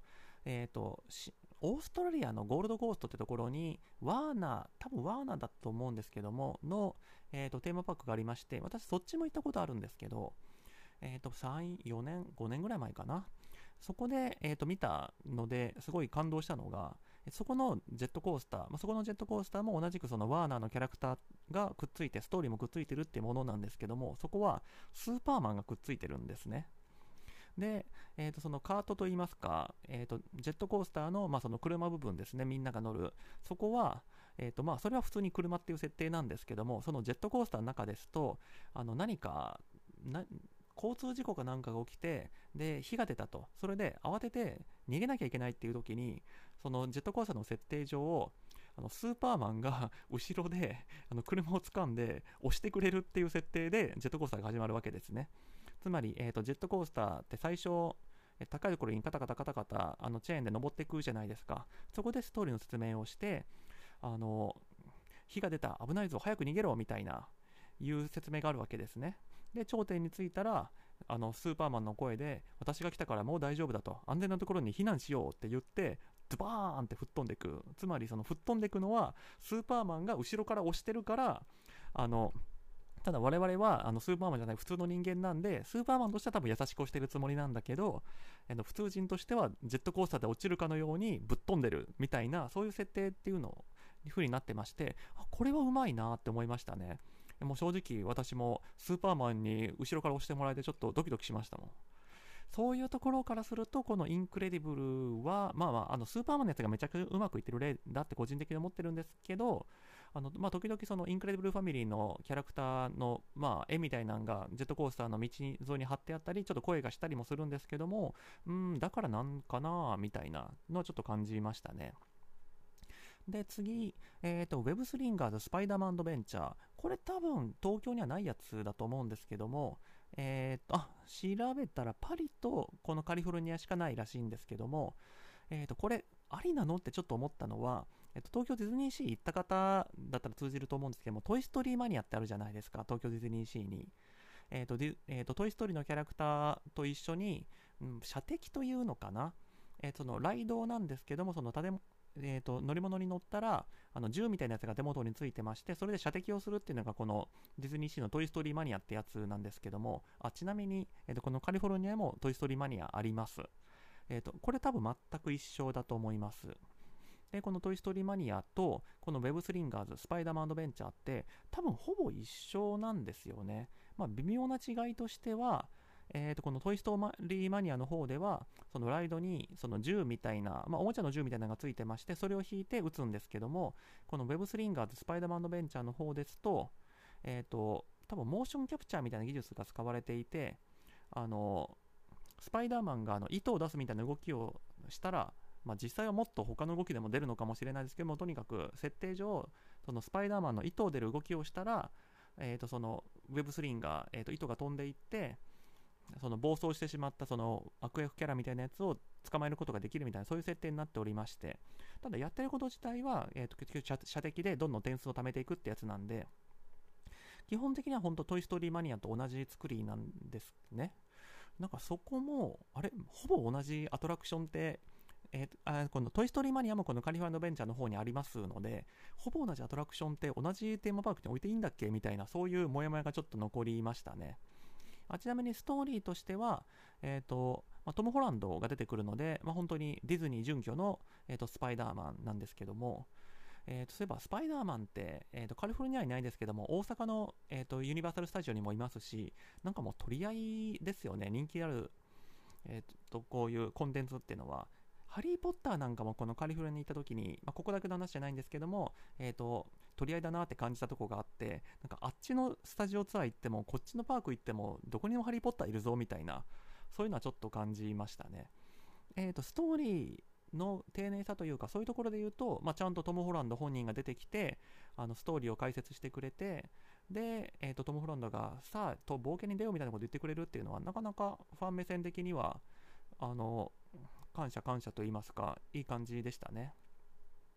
えっ、と、オーストラリアのゴールドコーストってところに、ワーナー、多分ワーナーだと思うんですけども、の、えーと、テーマパークがありまして、私そっちも行ったことあるんですけど、えっ、と、さん、よねん、ごねんぐらい前かな。そこで、えーと、見たのですごい感動したのが、そこのジェットコースター、まあ、そこのジェットコースターも同じくそのワーナーのキャラクターがくっついて、ストーリーもくっついてるっていうものなんですけども、そこはスーパーマンがくっついてるんですね。で、えー、とそのカートといいますか、えー、とジェットコースターの、まあ、その車部分ですね、みんなが乗る、そこは、えーとまあ、それは普通に車っていう設定なんですけども、そのジェットコースターの中ですと、あの何かな交通事故かなんかが起きて、で火が出たと、それで慌てて逃げなきゃいけないっていう時に、そのジェットコースターの設定上、あのスーパーマンが後ろであの車を掴んで押してくれるっていう設定でジェットコースターが始まるわけですね。つまり、えーと、ジェットコースターって最初、高いところにカタカタカタカタあのチェーンで登っていくじゃないですか。そこでストーリーの説明をして、あの火が出た、危ないぞ、早く逃げろみたいないう説明があるわけですね。で、頂点に着いたら、あのスーパーマンの声で、私が来たからもう大丈夫だと、安全なところに避難しようって言って、ドバーンって吹っ飛んでいく。つまりその吹っ飛んでいくのはスーパーマンが後ろから押してるから、あのただ我々はあのスーパーマンじゃない普通の人間なんで、スーパーマンとしては多分優しくしてるつもりなんだけど、あの普通人としてはジェットコースターで落ちるかのようにぶっ飛んでるみたいな、そういう設定っていうの風になってまして、あ、これはうまいなって思いましたね。もう正直私もスーパーマンに後ろから押してもらえてちょっとドキドキしましたもん。そういうところからすると、このインクレディブルは、まあまあ、あのスーパーマンのやつがめちゃくちゃうまくいってる例だって個人的に思ってるんですけど、あのまあ、時々そのインクレディブルファミリーのキャラクターの、まあ、絵みたいなのがジェットコースターの道沿いに貼ってあったり、ちょっと声がしたりもするんですけども、うん、だからなんかなみたいなのはちょっと感じましたね。で、次、えっと、ウェブスリンガーズスパイダーマンアドベンチャー。これ多分東京にはないやつだと思うんですけども、えっと、あ、調べたらパリとこのカリフォルニアしかないらしいんですけども、えっと、これありなのってちょっと思ったのは、えっと、東京ディズニーシー行った方だったら通じると思うんですけども、トイストーリーマニアってあるじゃないですか、東京ディズニーシーに。えっと、ディえっと、トイストーリーのキャラクターと一緒に、うん、射的というのかな、えっと、そのライドなんですけども、その建物えー、と乗り物に乗ったらあの銃みたいなやつが手元についてまして、それで射的をするっていうのがこのディズニーシーのトイストーリーマニアってやつなんですけども、あちなみに、えー、とこのカリフォルニアもトイストーリーマニアあります。えー、とこれ多分全く一緒だと思います。でこのトイストーリーマニアとこのウェブスリンガーズスパイダーマンアドベンチャーって多分ほぼ一緒なんですよね。まあ、微妙な違いとしては、えー、とこのトイストーリーマニアの方ではそのライドにその銃みたいな、まあ、おもちゃの銃みたいなのがついてまして、それを引いて撃つんですけども、このウェブスリンガーズスパイダーマンアドベンチャーの方ですと、えー、と多分モーションキャプチャーみたいな技術が使われていて、あのスパイダーマンがあの糸を出すみたいな動きをしたら、まあ、実際はもっと他の動きでも出るのかもしれないですけども、とにかく設定上そのスパイダーマンの糸を出る動きをしたら、えー、とそのウェブスリンガー、えー、と糸が飛んでいってその暴走してしまったその悪役キャラみたいなやつを捕まえることができるみたいな、そういう設定になっておりまして、ただやってること自体は、えー、と結局射的でどんどん点数を貯めていくってやつなんで、基本的には本当トイストーリーマニアと同じ作りなんですね。なんかそこもあれほぼ同じアトラクションって、えー、あこのトイストーリーマニアもこのカリフォルニアアドベンチャーの方にありますので、ほぼ同じアトラクションって同じテーマパークに置いていいんだっけみたいな、そういうモヤモヤがちょっと残りましたね。あちなみにストーリーとしては、えーとまあ、トム・ホランドが出てくるので、まあ、本当にディズニー準拠の、えーとスパイダーマンなんですけども、えーとそういえばスパイダーマンって、えーとカリフォルニアにいないですけども、大阪の、えーとユニバーサル・スタジオにもいますし、なんかもう取り合いですよね、人気ある、えーとこういうコンテンツっていうのは。ハリー・ポッターなんかもこのカリフォルニアに行った時に、まあ、ここだけの話じゃないんですけども、えーと取り合いだなって感じたとこがあって、なんかあっちのスタジオツアー行ってもこっちのパーク行ってもどこにもハリー・ポッターいるぞみたいな、そういうのはちょっと感じましたね。えーとストーリーの丁寧さというか、そういうところで言うと、まあ、ちゃんとトム・ホランド本人が出てきてあのストーリーを解説してくれて、で、えーとトム・ホランドがさあと冒険に出ようみたいなこと言ってくれるっていうのは、なかなかファン目線的にはあの感謝感謝と言いますか、いい感じでしたね。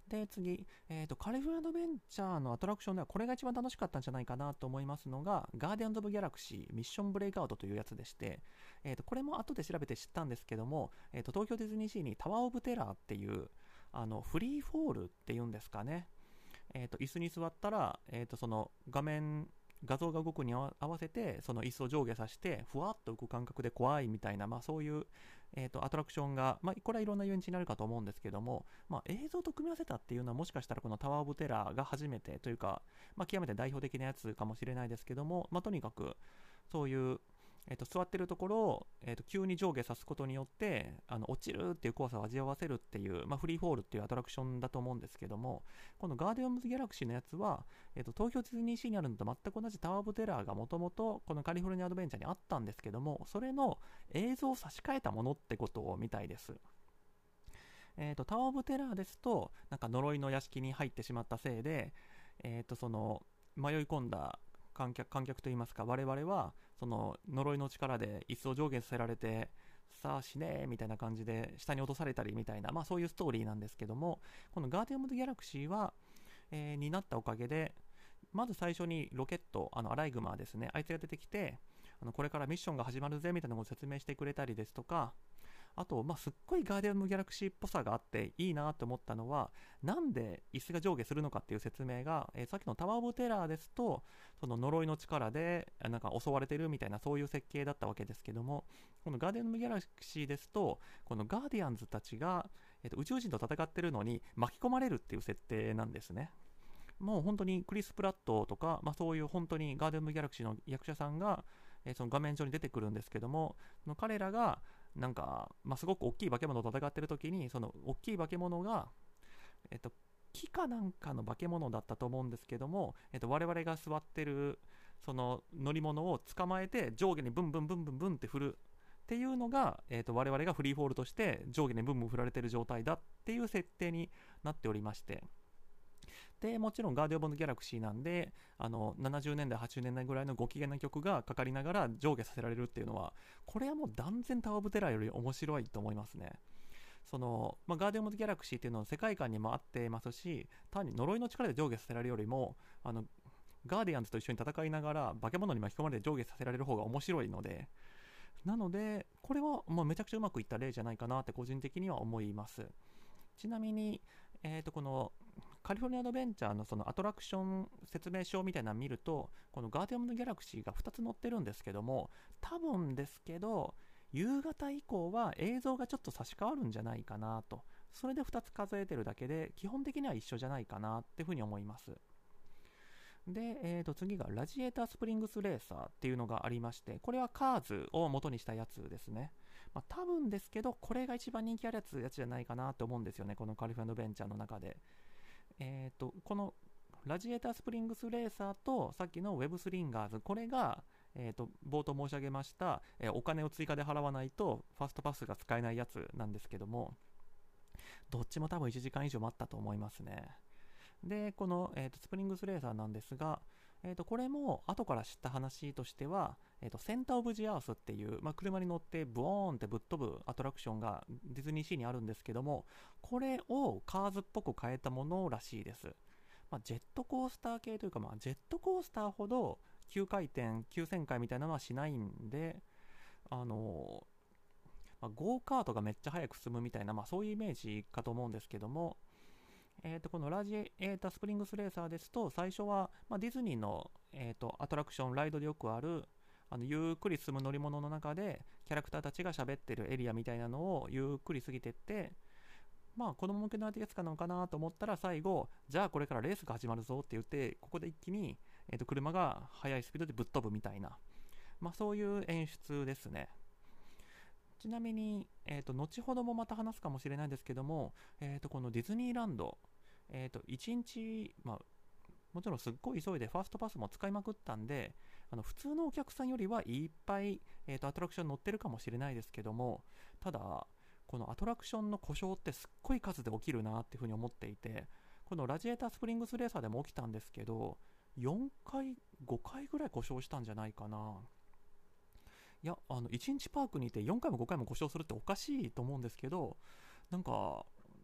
で次、えーと、カリフォルニアアドベンチャーのアトラクションではこれが一番楽しかったんじゃないかなと思いますのが、ガーディアンズ・オブ・ギャラクシーミッションブレイクアウトというやつでして、えーと、これも後で調べて知ったんですけども、えーと、東京ディズニーシーにタワー・オブ・テラーっていうあのフリーフォールっていうんですかね、えーと、椅子に座ったら、えーと、その画面画像が動くに合わせてその椅子を上下させてふわっと浮く感覚で怖いみたいな、まあ、そういう、えー、とアトラクションが、まあ、これはいろんな遊園地になるかと思うんですけども、まあ、映像と組み合わせたっていうのはもしかしたらこのタワー・オブ・テラーが初めてというか、まあ、極めて代表的なやつかもしれないですけども、まあ、とにかくそういうえー、と座ってるところを、えー、と急に上下さすことによってあの落ちるっていう怖さを味わわせるっていう、まあ、フリーフォールっていうアトラクションだと思うんですけども、このガーディアンズ・ギャラクシーのやつは、えー、と東京ディズニーシーにあるのと全く同じタワー・オブ・テラーがもともとこのカリフォルニアアドベンチャーにあったんですけども、それの映像を差し替えたものってことみたいです。えー、とタワー・オブ・テラーですとなんか呪いの屋敷に入ってしまったせいで、えー、とその迷い込んだ観客観客といいますか我々はその呪いの力で椅子を上下させられてさあ死ねーみたいな感じで下に落とされたりみたいな、まあ、そういうストーリーなんですけども、このガーディアンズ・ギャラクシーは、えー、になったおかげでまず最初にロケット、あのアライグマですね、あいつが出てきてあのこれからミッションが始まるぜみたいなのを説明してくれたりですとか、あと、まあ、すっごいガーディアンズ・ギャラクシーっぽさがあっていいなと思ったのは、なんで椅子が上下するのかっていう説明が、えー、さっきのタワー・オブ・テラーですとその呪いの力でなんか襲われてるみたいなそういう設計だったわけですけども、このガーディアンズ・ギャラクシーですとこのガーディアンズたちが、えー、と宇宙人と戦ってるのに巻き込まれるっていう設定なんですね。もう本当にクリス・プラットとか、まあ、そういう本当にガーディアンズ・ギャラクシーの役者さんが、えー、その画面上に出てくるんですけども、その彼らがなんか、まあ、すごく大きい化け物と戦ってる時にその大きい化け物が、えっと、木かなんかの化け物だったと思うんですけども、えっと、我々が座ってるその乗り物を捕まえて上下にブンブンブンブンブンって振るっていうのが、えっと、我々がフリーフォールとして上下にブンブン振られてる状態だっていう設定になっておりまして、でもちろんガーディオブ・ギャラクシーなんであのななじゅうねんだいはちじゅうねんだいぐらいのご機嫌な曲がかかりながら上下させられるっていうのは、これはもう断然タワー・オブ・テラーより面白いと思いますね。その、まあ、ガーディオン・オブ・ギャラクシーっていうのは世界観にも合ってますし、単に呪いの力で上下させられるよりもあのガーディアンズと一緒に戦いながら化け物に巻き込まれて上下させられる方が面白いので、なのでこれはまあめちゃくちゃうまくいった例じゃないかなって個人的には思います。ちなみに、えー、とこのカリフォルニアアドベンチャーのそのアトラクション説明書みたいなのを見ると、このガーディアンズ・ギャラクシーがふたつ載ってるんですけども、多分ですけど夕方以降は映像がちょっと差し替わるんじゃないかなと、それでふたつ数えてるだけで基本的には一緒じゃないかなっていうふうに思います。で、えー、と次がラジエータースプリングスレーサーっていうのがありまして、これはカーズを元にしたやつですね。まあ、多分ですけどこれが一番人気あるやつやつじゃないかなと思うんですよね、このカリフォルニアアドベンチャーの中で。えー、とこのラジエータースプリングスレーサーとさっきのウェブスリンガーズ、これが、えー、と冒頭申し上げました、えーお金を追加で払わないとファストパスが使えないやつなんですけども、どっちも多分いちじかん以上待ったと思いますね。でこの、えー、とスプリングスレーサーなんですが、えー、とこれも後から知った話としては、えー、とセンターオブジアースっていう、まあ、車に乗ってブオーンってぶっ飛ぶアトラクションがディズニーシーにあるんですけども、これをカーズっぽく変えたものらしいです。まあ、ジェットコースター系というか、まあ、ジェットコースターほど急回転急旋回みたいなのはしないんで、あのまあ、ゴーカートがめっちゃ速く進むみたいな、まあ、そういうイメージかと思うんですけども、えー、とこのラジエータスプリングスレーサーですと最初は、まあ、ディズニーの、えー、とアトラクションライドでよくあるあのゆっくり進む乗り物の中でキャラクターたちが喋ってるエリアみたいなのをゆっくり過ぎてって、まあ子供向けのやつかなのかなと思ったら最後じゃあこれからレースが始まるぞって言ってここで一気に、えー、と車が速いスピードでぶっ飛ぶみたいな、まあ、そういう演出ですね。ちなみに、えー、と後ほどもまた話すかもしれないですけども、えー、とこのディズニーランド、えー、といちにち、まあ、もちろんすっごい急いでファーストパスも使いまくったんで、あの普通のお客さんよりはいっぱい、えー、とアトラクション乗ってるかもしれないですけども、ただこのアトラクションの故障ってすっごい数で起きるなっていうふうに思っていて、このラジエータースプリングスレーサーでも起きたんですけどよんかいごかいぐらい故障したんじゃないかな。いやあのいちにちパークにいてよんかいもごかいも故障するっておかしいと思うんですけど、なんか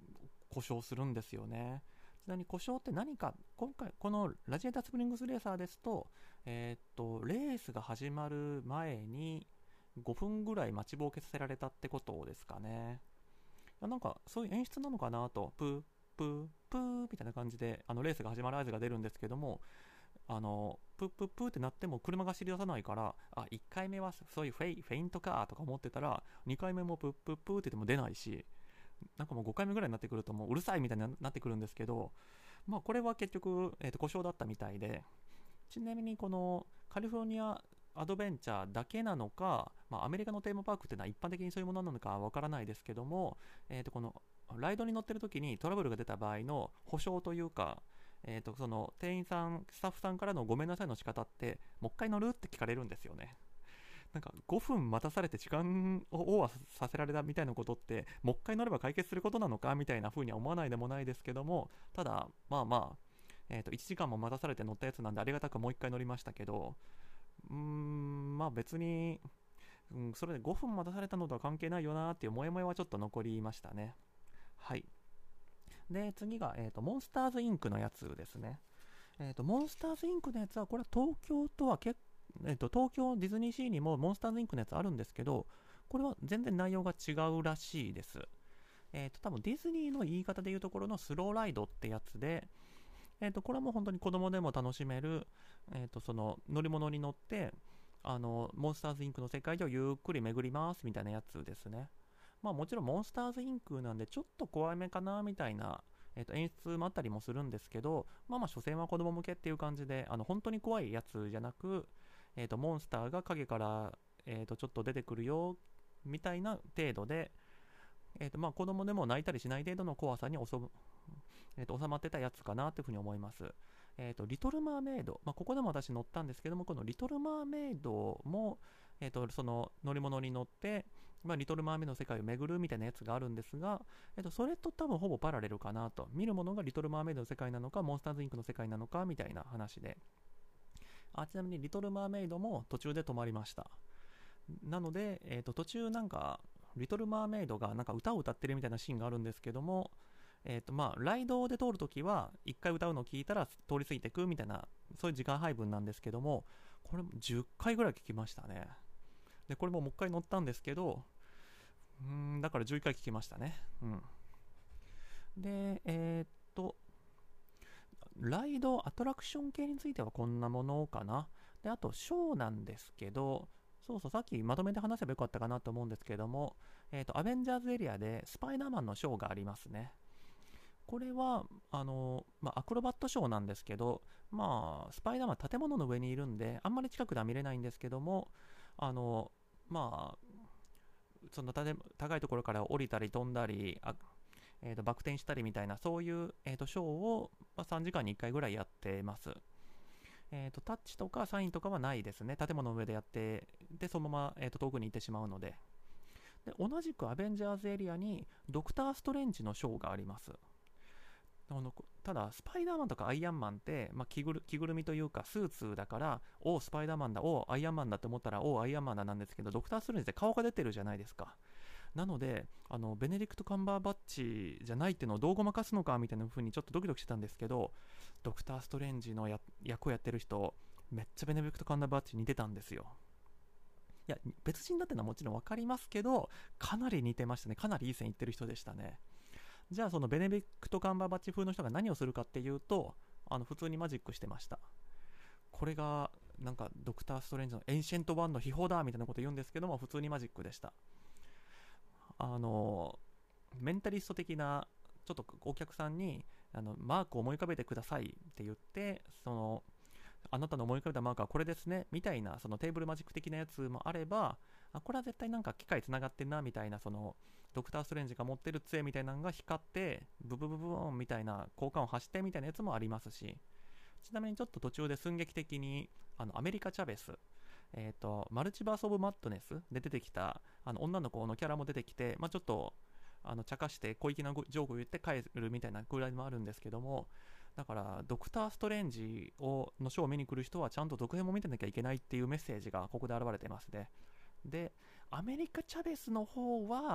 故障するんですよね。ちなみに故障って何か、今回このラジエータースプリングスレーサーですと、えーっとレースが始まる前にごふんぐらい待ちぼうけさせられたってことですかね。なんかそういう演出なのかなと、プープープーみたいな感じであのレースが始まる合図が出るんですけども、あのプップップーってなっても車が走り出さないから、あ、いっかいめはそういうフェイフェイントかとか思ってたら、にかいめもプップップーって言っても出ないし、なんかもうごかいめぐらいになってくるともううるさいみたいになってくるんですけど、まあこれは結局、えーと故障だったみたいで、ちなみにこのカリフォルニアアドベンチャーだけなのか、まあ、アメリカのテーマパークっていうのは一般的にそういうものなのかわからないですけども、えーとこのライドに乗ってる時にトラブルが出た場合の保証というか、えーとその店員さんスタッフさんからのごめんなさいの仕方って、もう一回乗るって聞かれるんですよね。なんかごふん待たされて時間をオーバーさせられたみたいなことって、もう一回乗れば解決することなのかみたいな風には思わないでもないですけども、ただまあまあ、えー、といちじかんも待たされて乗ったやつなんでありがたくもう一回乗りましたけど、うーんまあ別に、うん、それでごふん待たされたのとは関係ないよなっていうモヤモヤはちょっと残りましたね。はい。で次が、えー、とモンスターズインクのやつですね。えー、とモンスターズインクのやつはこれは東京とは結構、えー、と東京ディズニーシーにもモンスターズインクのやつあるんですけど、これは全然内容が違うらしいです。えー、と多分ディズニーの言い方でいうところのスローライドってやつで、えー、とこれはもう本当に子供でも楽しめる、えー、とその乗り物に乗ってあのモンスターズインクの世界をゆっくり巡りますみたいなやつですね。まあもちろんモンスターズインクなんでちょっと怖めかなみたいな、えー、と演出もあったりもするんですけど、まあまあ所詮は子供向けっていう感じで、あの本当に怖いやつじゃなく、えー、とモンスターが影から、えー、とちょっと出てくるよみたいな程度で、えー、とまあ子供でも泣いたりしない程度の怖さに収えー、と収まってたやつかなというふうに思います。えー、とリトル・マーメイド、まあ、ここでも私乗ったんですけども、このリトル・マーメイドも、えー、とその乗り物に乗って、まあ、リトル・マーメイドの世界を巡るみたいなやつがあるんですが、えー、とそれと多分ほぼパラレルかなと。見るものがリトル・マーメイドの世界なのか、モンスターズ・インクの世界なのかみたいな話で、あちなみにリトル・マーメイドも途中で止まりました。なので、えー、と途中なんかリトル・マーメイドがなんか歌を歌ってるみたいなシーンがあるんですけども、えーとまあ、ライドで通るときはいっかい歌うのを聞いたら通り過ぎていくみたいな、そういう時間配分なんですけども、これもじゅっかいぐらい聞きましたね。でこれももう一回乗ったんですけど、うーんだからじゅういっかい聞きましたね。うん、でえー、っとライドアトラクション系についてはこんなものかな。であとショーなんですけど、そうそうさっきまとめて話せばよかったかなと思うんですけども、えー、とアベンジャーズエリアでスパイダーマンのショーがありますね。これはあの、まあ、アクロバットショーなんですけど、まあ、スパイダーマン建物の上にいるんであんまり近くでは見れないんですけども、あのまあその高いところから降りたり飛んだり、あ、えー、とバク転したりみたいな、そういう、えー、とショーを、まあ、さんじかんにいっかいぐらいやってます。えー、とタッチとかサインとかはないですね。建物の上でやってでそのまま、えー、と遠くに行ってしまうので。で同じくアベンジャーズエリアにドクター・ストレンジのショーがあります。あのただスパイダーマンとかアイアンマンって、まあ、着ぐる着ぐるみというかスーツだから、おおスパイダーマンだ、おおアイアンマンだって思ったら、おおアイアンマンだなんですけど、ドクター・ストレンジって顔が出てるじゃないですか。なのであのベネディクト・カンバーバッチじゃないっていうのをどうごまかすのかみたいな風にちょっとドキドキしてたんですけど、ドクター・ストレンジのや役をやってる人めっちゃベネディクト・カンバーバッチ似てたんですよ。いや別人だってのはもちろん分かりますけど、かなり似てましたね。かなりいい線いってる人でしたね。じゃあそのベネディクト・カンバーバッチ風の人が何をするかっていうと、あの普通にマジックしてました。これがなんかドクター・ストレンジのエンシェントワンの秘宝だみたいなこと言うんですけども、普通にマジックでした。あのメンタリスト的な、ちょっとお客さんにあのマークを思い浮かべてくださいって言って、そのあなたの思い浮かべたマークはこれですねみたいな、そのテーブルマジック的なやつもあれば、あこれは絶対なんか機械つながってんなみたいな、そのドクター・ストレンジが持ってる杖みたいなのが光ってブブブブーンみたいな効果音を発してみたいなやつもありますし、ちなみにちょっと途中で寸劇的にあのアメリカ・チャベス、えーと、マルチバース・オブ・マットネスで出てきたあの女の子のキャラも出てきて、まあ、ちょっとあの茶化して小粋なジョークを言って帰るみたいなぐらいもあるんですけども、だからドクター・ストレンジをのショーを見に来る人はちゃんと続編も見てなきゃいけないっていうメッセージがここで現れてますね。でアメリカ・チャベスの方は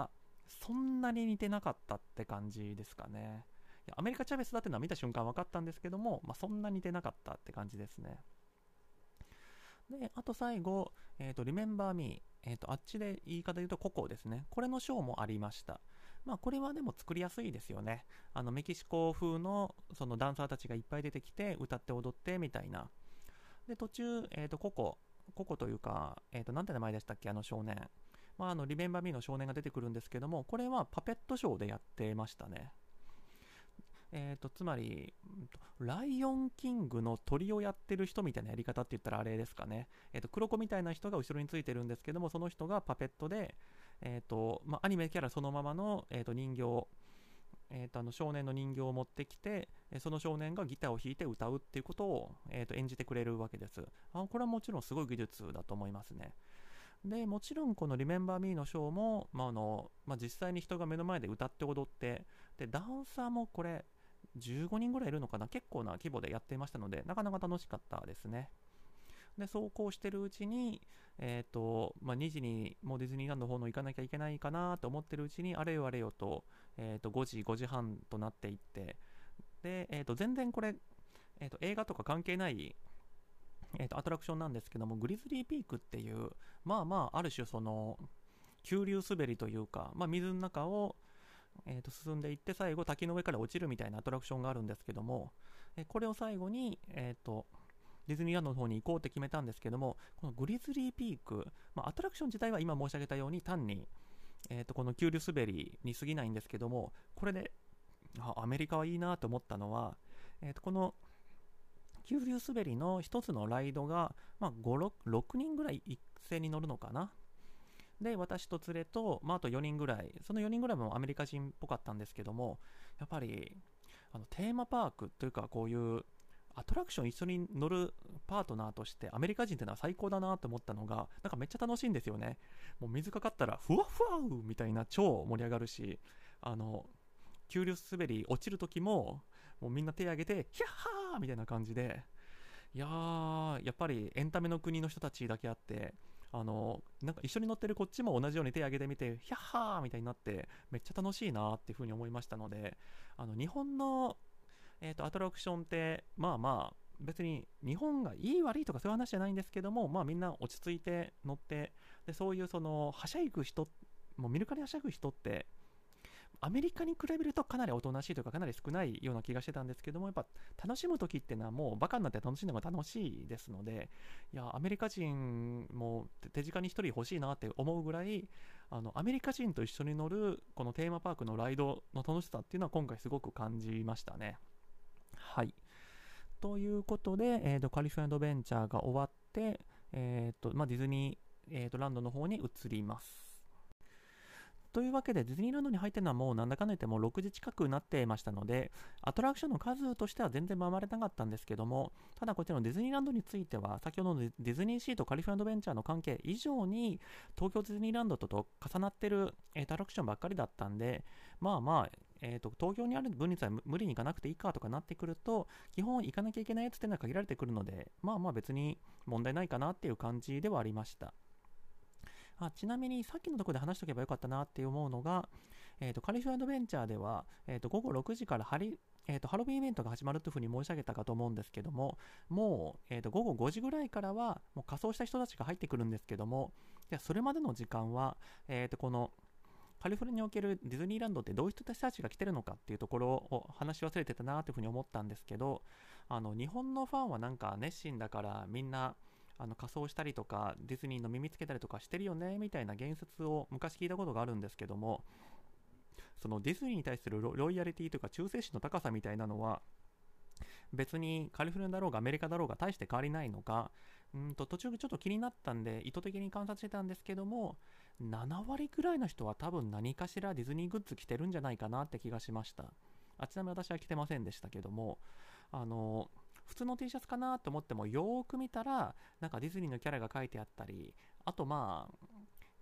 そんなに似てなかったって感じですかね。いやアメリカ・チャベスだってのは見た瞬間分かったんですけども、まあ、そんな似てなかったって感じですね。で、あと最後、えっ、と、Remember Me、えっ、と、あっちで言い方で言うとココですね。これのショーもありました。まあ、これはでも作りやすいですよね。あの、メキシコ風の、そのダンサーたちがいっぱい出てきて、歌って踊ってみたいな。で、途中、えっ、と、ココ、ココというか、えっ、と、なんて名前でしたっけ、あの少年。まあ、あの、Remember Me の少年が出てくるんですけども、これはパペットショーでやってましたね。えーと、つまり、ライオンキングの鳥をやってる人みたいなやり方って言ったらあれですかね。えーと、黒子みたいな人が後ろについてるんですけども、その人がパペットで、えーと、まあ、アニメキャラそのままの、えーと、人形、えーと、あの少年の人形を持ってきて、その少年がギターを弾いて歌うっていうことを、えーと、演じてくれるわけです。あ、これはもちろんすごい技術だと思いますね。でもちろんこの Remember Me のショーも、まああのまあ、実際に人が目の前で歌って踊って、でダンサーもこれじゅうごにんぐらいいるのかな、結構な規模でやっていましたので、なかなか楽しかったですね。でそうこうしてるうちに、えーとまあ、にじにもうディズニーランドの方の行かなきゃいけないかなと思ってるうちに、あれよあれよと、えー、とごじごじはんとなっていって、で、えー、と全然これ、えー、と映画とか関係ない、えー、とアトラクションなんですけども、グリズリーピークっていう、まあまあある種その急流滑りというか、まあ、水の中を、えー、と進んでいって最後滝の上から落ちるみたいなアトラクションがあるんですけども、えこれを最後に、えー、とディズニーランドの方に行こうって決めたんですけども、このグリズリーピーク、まあ、アトラクション自体は今申し上げたように単に、えー、とこの急流滑りに過ぎないんですけども、これであアメリカはいいなと思ったのは、えー、とこの急流滑りの一つのライドが、まあ、ご、ろく、ろくにんぐらい一斉に乗るのかな。で、私と連れと、まあ、あとよにんぐらい、そのよにんぐらいもアメリカ人っぽかったんですけども、やっぱりあのテーマパークというか、こういうアトラクション一緒に乗るパートナーとしてアメリカ人ってのは最高だなと思ったのが、なんかめっちゃ楽しいんですよね。もう水かかったらふわふわうみたいな超盛り上がるし、あの急流滑り落ちる時ももうみんな手挙げてヒャッハーみたいな感じで、いやーやっぱりエンタメの国の人たちだけあって、あのなんか一緒に乗ってるこっちも同じように手挙げてみてヒャッハーみたいになってめっちゃ楽しいなっていう風に思いましたので、あの日本の、えーとアトラクションってまあまあ別に日本がいい悪いとかそういう話じゃないんですけども、まあみんな落ち着いて乗って、でそういうそのはしゃぐ人、もう見るからにはしゃぐ人ってアメリカに比べるとかなりおとなしいというかかなり少ないような気がしてたんですけども、やっぱ楽しむ時っていうのはもうバカになって楽しんでも楽しいですので、いやアメリカ人も手近に一人欲しいなって思うぐらい、あのアメリカ人と一緒に乗るこのテーマパークのライドの楽しさっていうのは今回すごく感じましたね。はい、ということで、えーと、カリフアドベンチャーが終わって、えーとまあ、ディズニー、えーと、ランドの方に移ります。というわけでディズニーランドに入ってるのはもうなんだかんだ言ってもうろくじ近くなってましたので、アトラクションの数としては全然回れなかったんですけども、ただこちらのディズニーランドについては先ほどのディズニーシーとカリフアドベンチャーの関係以上に東京ディズニーランドとと重なってるアトラクションばっかりだったんで、まあまあえー、と東京にある分には無理に行かなくていいかとかなってくると、基本行かなきゃいけないやつっていうのは限られてくるので、まあまあ別に問題ないかなっていう感じではありました。あちなみにさっきのところで話しておけばよかったなって思うのが、えー、とカリフアドベンチャーでは、えー、と午後ろくじからハリ、えー、とハロウィンイベントが始まるというふうに申し上げたかと思うんですけども、もう、えー、と午後ごじぐらいからはもう仮装した人たちが入ってくるんですけども、じゃそれまでの時間は、えー、とこのカリフォルニアにおけるディズニーランドってどういう人たちが来てるのかっていうところを話し忘れてたなというふうに思ったんですけど、あの日本のファンはなんか熱心だからみんなあの仮装したりとかディズニーの耳つけたりとかしてるよねみたいな言説を昔聞いたことがあるんですけども、そのディズニーに対するロイヤリティというか忠誠心の高さみたいなのは別にカリフォルニアだろうがアメリカだろうが大して変わりないのか、うんと途中ちょっと気になったんで意図的に観察してたんですけども、ななわりくらいの人は多分何かしらディズニーグッズ着てるんじゃないかなって気がしました。あちなみに私は着てませんでしたけども、あの普通の T シャツかなと思ってもよーく見たらなんかディズニーのキャラが書いてあったり、あとまあ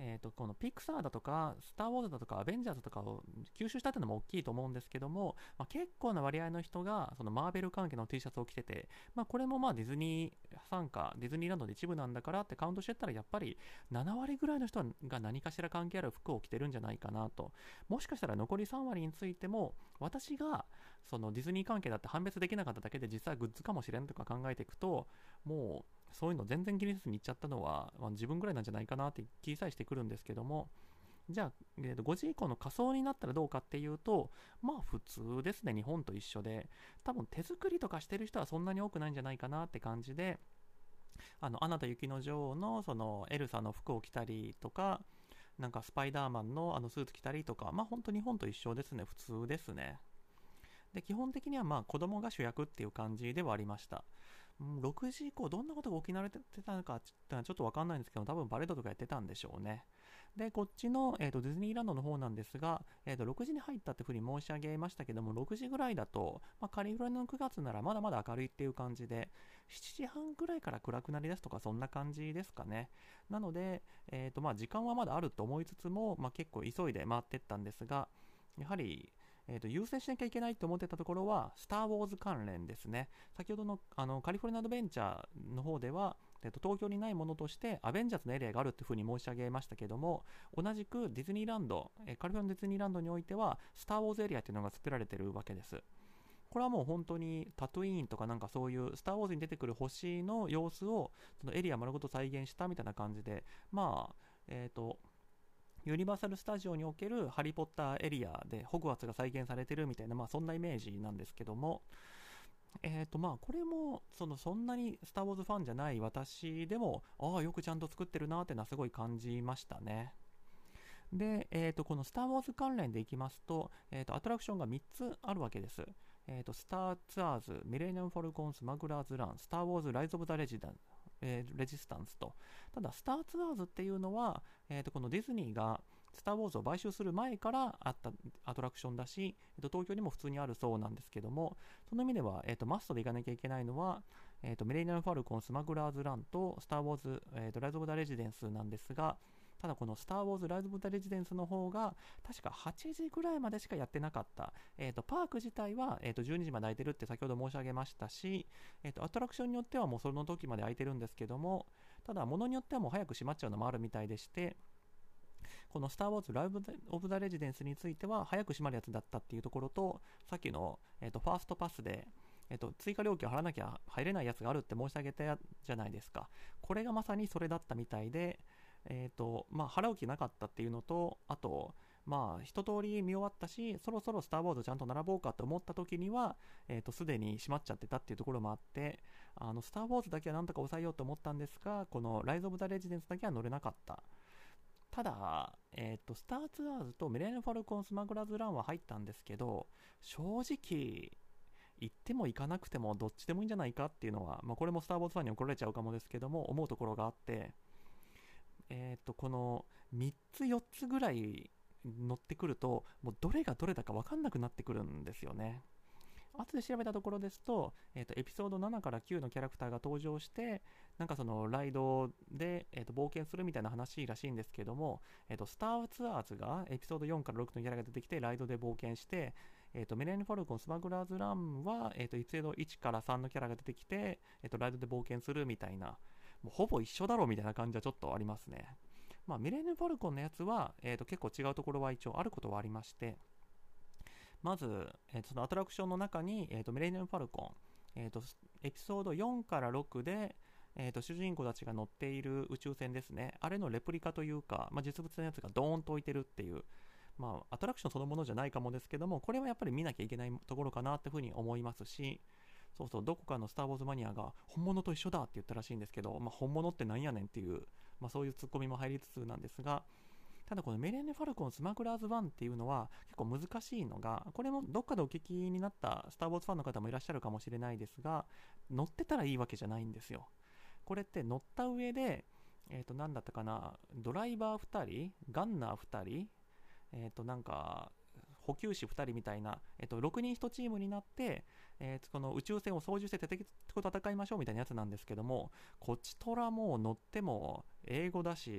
えー、とこのピクサーだとかスター・ウォーズだとかアベンジャーズとかを吸収したっていうのも大きいと思うんですけども、まあ、結構な割合の人がそのマーベル関係の T シャツを着てて、まあ、これもまあディズニー参加ディズニーランドの一部なんだからってカウントしてったら、やっぱりなな割ぐらいの人が何かしら関係ある服を着てるんじゃないかなと。もしかしたら残りさん割についても、私がそのディズニー関係だって判別できなかっただけで実際グッズかもしれんとか考えていくと、もうそういうの全然気にせずに行っちゃったのは、まあ、自分ぐらいなんじゃないかなって気さえしてくるんですけども、じゃあ、えー、とごじ以降の仮装になったらどうかっていうと、まあ普通ですね。日本と一緒で、多分手作りとかしてる人はそんなに多くないんじゃないかなって感じで、あのアナと雪の女王のそのエルサの服を着たりとか、なんかスパイダーマンのあのスーツ着たりとか、まあ本当日本と一緒ですね。普通ですね。で、基本的にはまあ子供が主役っていう感じではありました。ろくじ以降どんなことが起き慣れてたのかっていうのはちょっと分かんないんですけど、多分バレードとかやってたんでしょうね。で、こっちの、えー、とディズニーランドの方なんですが、えー、とろくじに入ったってふうに申し上げましたけども、ろくじぐらいだと、まあ、カリフォルニアのくがつならまだまだ明るいっていう感じで、しちじはんぐらいから暗くなりだすとか、そんな感じですかね。なので、えーとまあ、時間はまだあると思いつつも、まあ、結構急いで回っていったんですが、やはりえー、と優先しなきゃいけないと思ってたところはスター・ウォーズ関連ですね。先ほど の, あのカリフォルニアアドベンチャーの方では、えー、と東京にないものとしてアベンジャーズのエリアがあるっていうふうに申し上げましたけども、同じくディズニーランド、えー、カリフォルニアディズニーランドにおいてはスター・ウォーズエリアっていうのが作られているわけです。これはもう本当にタトゥイーンとかなんかそういうスター・ウォーズに出てくる星の様子をそのエリア丸ごと再現したみたいな感じで、まあえっ、ー、とユニバーサル・スタジオにおけるハリー・ポッターエリアでホグワーツが再現されてるみたいな、まあ、そんなイメージなんですけども、えーとまあ、これもそのそんなにスター・ウォーズファンじゃない私でも、ああよくちゃんと作ってるなってのはすごい感じましたね。で、えーとこのスター・ウォーズ関連でいきますと、えーとアトラクションがみっつあるわけです。えーとスター・ツアーズ、ミレニアム・フォルコン・スマグラーズ・ラン、スター・ウォーズ・ライズ・オブ・ザ・レジダンえーレジスタンスと。ただスターツアーズっていうのは、えー、とこのディズニーがスター・ウォーズを買収する前からあったアトラクションだし、えー、と東京にも普通にあるそうなんですけども、その意味では、えー、とマストで行かなきゃいけないのは、えー、とミレニアム・ファルコン、スマグラーズ・ランとスター・ウォーズ、えー、とライズ・オブ・ザ・レジデンスなんですが、ただこのスター・ウォーズ・ライズ・オブ・ザ・レジデンスの方が確かはちじぐらいまでしかやってなかった。えー、とパーク自体は、えー、とじゅうにじまで空いてるって先ほど申し上げましたし、えー、とアトラクションによってはもうその時まで空いてるんですけども、ただ物によってはもう早く閉まっちゃうのもあるみたいでして、このスター・ウォーズ・ライブ・オブ・ザ・レジデンスについては早く閉まるやつだったっていうところと、さっきの、えー、とファーストパスで、えー、と追加料金を払わなきゃ入れないやつがあるって申し上げたじゃないですか。これがまさにそれだったみたいで、えーとまあ、払う気なかったっていうのと、あとまあ一通り見終わったし、そろそろスター・ウォーズちゃんと並ぼうかと思った時には、えーとすでに閉まっちゃってたっていうところもあって、あのスター・ウォーズだけはなんとか抑えようと思ったんですが、このライズ・オブ・ザ・レジデンスだけは乗れなかった。ただ、えーとスター・ツアーズとミレーヌ・ファルコン・スマグラーズ・ランは入ったんですけど、正直行っても行かなくてもどっちでもいいんじゃないかっていうのは、まあ、これもスター・ウォーズファンに怒られちゃうかもですけども、思うところがあって、えーとこのみっつよっつぐらい乗ってくると、もうどれがどれだか分かんなくなってくるんですよね。後で調べたところですと、えーとエピソードななからきゅうのキャラクターが登場して、なんかそのライドで、えーと冒険するみたいな話らしいんですけども、えーとスターツアーズがエピソードよんからろくのキャラが出てきてライドで冒険して、えーとメレーヌ・ファルコン・スマグラーズ・ランは、えーとエピソードいちからさんのキャラが出てきて、えーとライドで冒険するみたいな、もうほぼ一緒だろうみたいな感じはちょっとありますね。まあ、ミレーヌ・ファルコンのやつは、えーと結構違うところは一応あることはありまして、まず、えーとそのアトラクションの中に、えーとミレニアム・ファルコン、えーとエピソードよんからろくで、えーと主人公たちが乗っている宇宙船ですね、あれのレプリカというか、まあ、実物のやつがドーンと置いてるっていう、まあ、アトラクションそのものじゃないかもですけども、これはやっぱり見なきゃいけないところかなっていうふうに思いますし、そうそう、どこかのスター・ウォーズマニアが本物と一緒だって言ったらしいんですけど、まあ、本物ってなんやねんっていう、まあ、そういうツッコミも入りつつなんですが、ただこのメレーネ・ファルコン・スマグラーズワンっていうのは結構難しいのが、これもどっかでお聞きになったスター・ウォーズファンの方もいらっしゃるかもしれないですが、乗ってたらいいわけじゃないんですよ。これって乗った上で、えっと、なんだったかな、ドライバーふたり、ガンナーふたり、えっと、なんか、補給士ふたりみたいな、えっと、ろくにんいちチームになって、えー、この宇宙船を操縦して敵と戦いましょうみたいなやつなんですけども、こっちとらもう乗っても英語だし、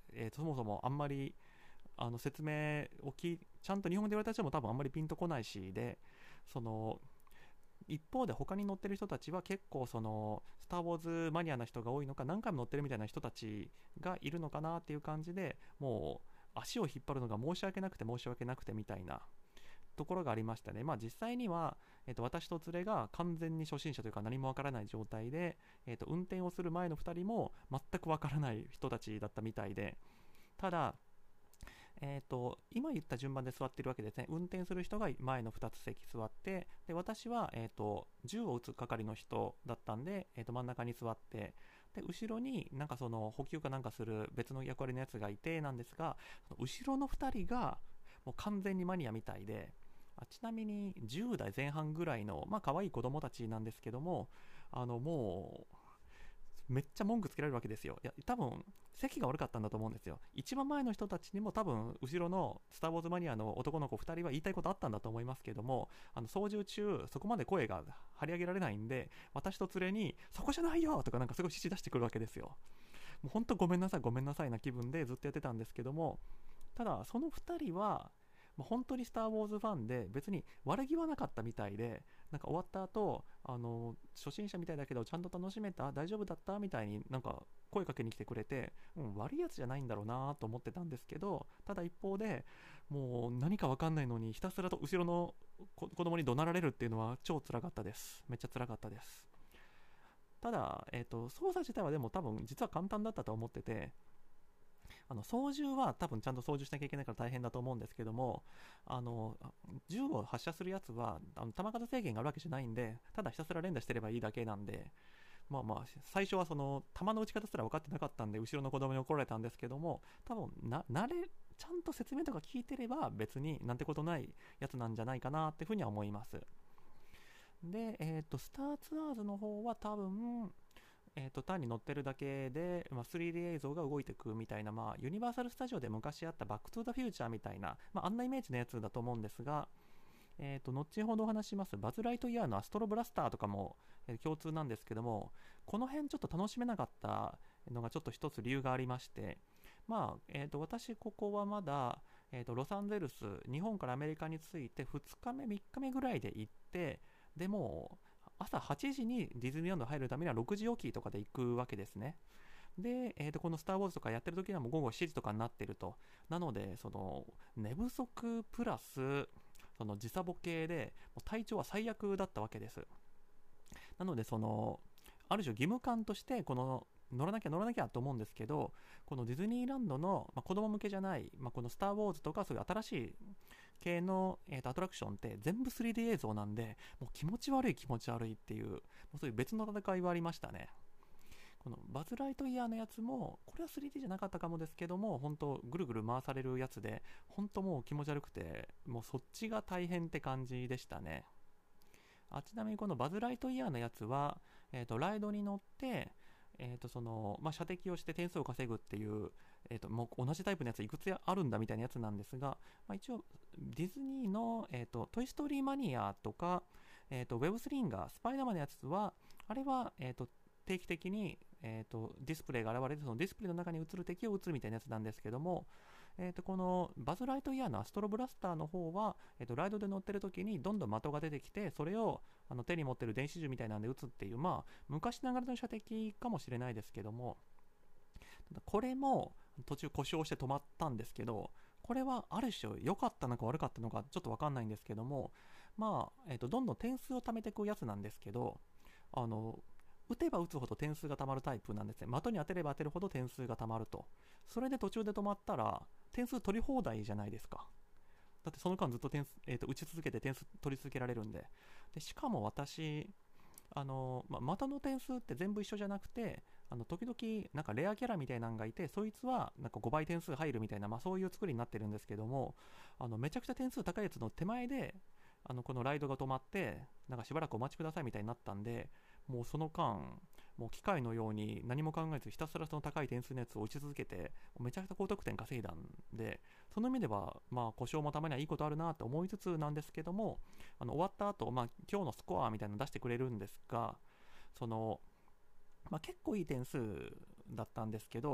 えー、そもそもあんまりあの説明をきちゃんと日本語で言われた人も多分あんまりピンとこないしで、その一方で他に乗ってる人たちは結構そのスター・ウォーズマニアな人が多いのか、何回も乗ってるみたいな人たちがいるのかなっていう感じで、もう足を引っ張るのが申し訳なくて申し訳なくてみたいなところがありましたね。まあ実際には、えー、と私と連れが完全に初心者というか何もわからない状態で、えー、と運転をする前のふたりも全くわからない人たちだったみたいで、ただえー、と今言った順番で座っているわけですね。運転する人が前のふたつ席座って、で私は、えー、と銃を撃つ係の人だったんで、えー、と真ん中に座って、で後ろになんかその補給かなんかする別の役割のやつがいてなんですが、後ろのふたりがもう完全にマニアみたいで、あちなみにじゅう代前半ぐらいのまあ可愛い子供たちなんですけども、あのもうめっちゃ文句つけられるわけですよ。いや多分席が悪かったんだと思うんですよ。一番前の人たちにも多分後ろのスター・ウォーズマニアの男の子ふたりは言いたいことあったんだと思いますけども、あの操縦中そこまで声が張り上げられないんで、私と連れにそこじゃないよとかなんかすごい指示出してくるわけですよ。もうほんとごめんなさいごめんなさいな気分でずっとやってたんですけども、ただそのふたりはまあ、本当にスター・ウォーズファンで別に悪気はなかったみたいで、なんか終わった後あの初心者みたいだけどちゃんと楽しめた大丈夫だったみたいになんか声かけに来てくれて、うん、悪いやつじゃないんだろうなと思ってたんですけど、ただ一方でもう何か分かんないのにひたすらと後ろの子供に怒鳴られるっていうのは超辛かったです。めっちゃ辛かったです。ただ、えーと、操作自体はでも多分実は簡単だったと思ってて、あの操縦は多分ちゃんと操縦しなきゃいけないから大変だと思うんですけども、あの銃を発射するやつはあの弾数制限があるわけじゃないんで、ただひたすら連打してればいいだけなんで、まあまあ最初はその弾の撃ち方すら分かってなかったんで後ろの子供に怒られたんですけども、多分な慣れちゃんと説明とか聞いてれば別になんてことないやつなんじゃないかなっていうふうには思います。で、えーと、スターツアーズの方は多分えー、と単に乗ってるだけで、まあ、スリーディー 映像が動いてくみたいな、まあ、ユニバーサル・スタジオで昔あったバック・トゥ・ザ・フューチャーみたいな、まあ、あんなイメージのやつだと思うんですが、えー、と後ほどお話しますバズ・ライトイヤーのアストロブラスターとかも、えー共通なんですけども、この辺ちょっと楽しめなかったのがちょっと一つ理由がありまして、まあえー、と私ここはまだ、えー、とロサンゼルス日本からアメリカに着いてふつかめみっかめぐらいで行って、でも朝はちじにディズニーランド入るためにはろくじ起きとかで行くわけですね。で、えー、とこのスター・ウォーズとかやってる時にはもう午後しちじとかになってると。なのでその寝不足プラスその時差ボケでもう体調は最悪だったわけです。なのでそのある種義務感としてこの乗らなきゃ乗らなきゃと思うんですけど、このディズニーランドの、まあ、子供向けじゃない、まあ、このスター・ウォーズとかそういう新しい系の、えー、とアトラクションって全部 スリーディー 映像なんで、もう気持ち悪い気持ち悪いっていう、もうそういう別の戦いはありましたね。このバズ・ライトイヤーのやつもこれは スリーディー じゃなかったかもですけども、本当ぐるぐる回されるやつで本当もう気持ち悪くて、もうそっちが大変って感じでしたね。あちなみにこのバズ・ライトイヤーのやつは、えー、とライドに乗ってえーとそのまあ、射的をして点数を稼ぐっていう、えーともう同じタイプのやついくつあるんだみたいなやつなんですが、まあ、一応ディズニーの、えーとトイ・ストーリーマニアとか、えーとウェブスリンガースパイダーマンのやつはあれは、えーと定期的に、えーとディスプレイが現れて、そのディスプレイの中に映る敵を撃つみたいなやつなんですけども、えー、とこのバズ・ライトイヤーのアストロブラスターの方は、えー、とライドで乗ってる時にどんどん的が出てきて、それをあの手に持ってる電子銃みたいなんで撃つっていう、まあ昔ながらの射的かもしれないですけども、ただこれも途中故障して止まったんですけど、これはある種良かったのか悪かったのかちょっと分かんないんですけども、まあ、えー、とどんどん点数を貯めていくやつなんですけど、あの打てば打つほど点数が貯まるタイプなんですね。的に当てれば当てるほど点数が貯まると。それで途中で止まったら点数取り放題じゃないですか。だってその間ずっと点数、えーと打ち続けて点数取り続けられるんで。でしかも私あの、ま、的の点数って全部一緒じゃなくて、あの時々なんかレアキャラみたいなのがいて、そいつはなんかごばい点数入るみたいな、まあ、そういう作りになってるんですけども、あのめちゃくちゃ点数高いやつの手前であのこのライドが止まって、なんかしばらくお待ちくださいみたいになったんで、もうその間もう機械のように何も考えずひたすらその高い点数のやつを打ち続けて、めちゃくちゃ高得点稼いだんで、その意味ではまあ故障もたまにはいいことあるなと思いつつなんですけども、あの終わった後、まあ今日のスコアみたいなの出してくれるんですが、そのまあ、結構いい点数だったんですけど、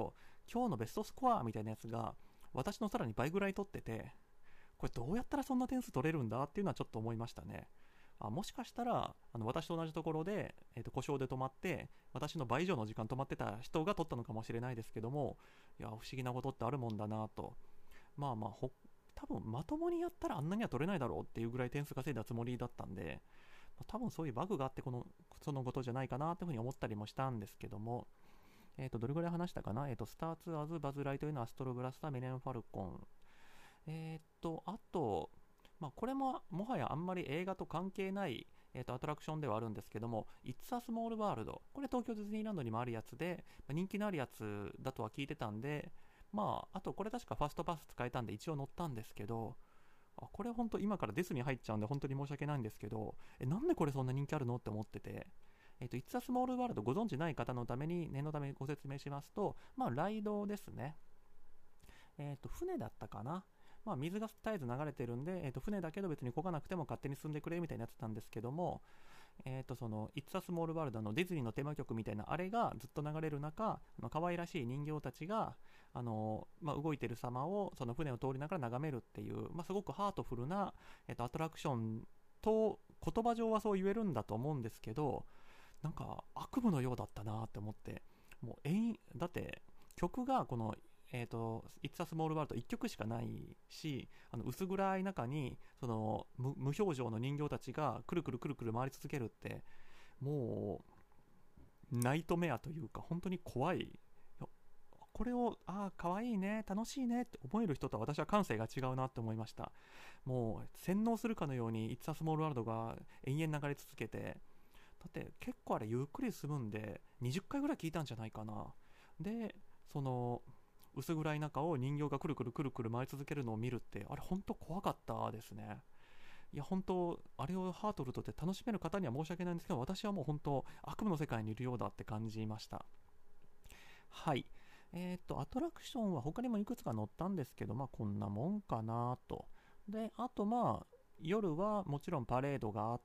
今日のベストスコアみたいなやつが私のさらに倍ぐらい取ってて、これどうやったらそんな点数取れるんだっていうのはちょっと思いましたね。あ、もしかしたらあの私と同じところで、えーと故障で止まって私の倍以上の時間止まってた人が取ったのかもしれないですけども、いや不思議なことってあるもんだなと。まあまあほ多分まともにやったらあんなには取れないだろうっていうぐらい点数稼いだつもりだったんで、まあ多分そういうバグがあってこのそのことじゃないかなというふうに思ったりもしたんですけども、えーとどれぐらい話したかな。えーとスターツ・アズ・バズ・ライトへのアストロブラスター・ミレン・ファルコン、えっと、あと、まあ、これももはやあんまり映画と関係ない、えーとアトラクションではあるんですけども、It's a Small World。これ東京ディズニーランドにもあるやつで、まあ、人気のあるやつだとは聞いてたんで、まあ、あとこれ確かファストパス使えたんで一応乗ったんですけど、あこれ本当今からディズニー入っちゃうんで本当に申し訳ないんですけど、え、なんでこれそんな人気あるのって思ってて、えっと、It's a Small World ご存知ない方のために、念のためにご説明しますと、まあ、ライドですね。えっと、船だったかな。まあ、水が絶えず流れてるんで、えっと、船だけど別に漕がなくても勝手に進んでくれみたいなやつなんですけども、えっと、その、It's a Small World のディズニーのテーマ曲みたいなあれがずっと流れる中、あの可愛らしい人形たちが、あの、まあ、動いてる様を、その船を通りながら眺めるっていう、まあ、すごくハートフルな、えっと、アトラクションと、言葉上はそう言えるんだと思うんですけど、なんか悪夢のようだったなって思って、もう延だって曲がこの、えーと、It's a Small World いっきょくしかないし、あの薄暗い中にその 無, 無表情の人形たちがくるくるくるくる回り続けるって、もうナイトメアというか本当に怖い。これをああ可愛いね楽しいねって思える人とは私は感性が違うなって思いました。もう洗脳するかのように It's a Small World が延々流れ続けて、だって結構あれゆっくり進むんでにじゅっかいぐらい聞いたんじゃないかな。でその薄暗い中を人形がくるくるくるくる回り続けるのを見るって、あれ本当怖かったですね。いや本当あれをハートルとって楽しめる方には申し訳ないんですけど、私はもう本当悪夢の世界にいるようだって感じました。はい。えっとアトラクションは他にもいくつか乗ったんですけど、まあこんなもんかなと。であとまあ夜はもちろんパレードがあって、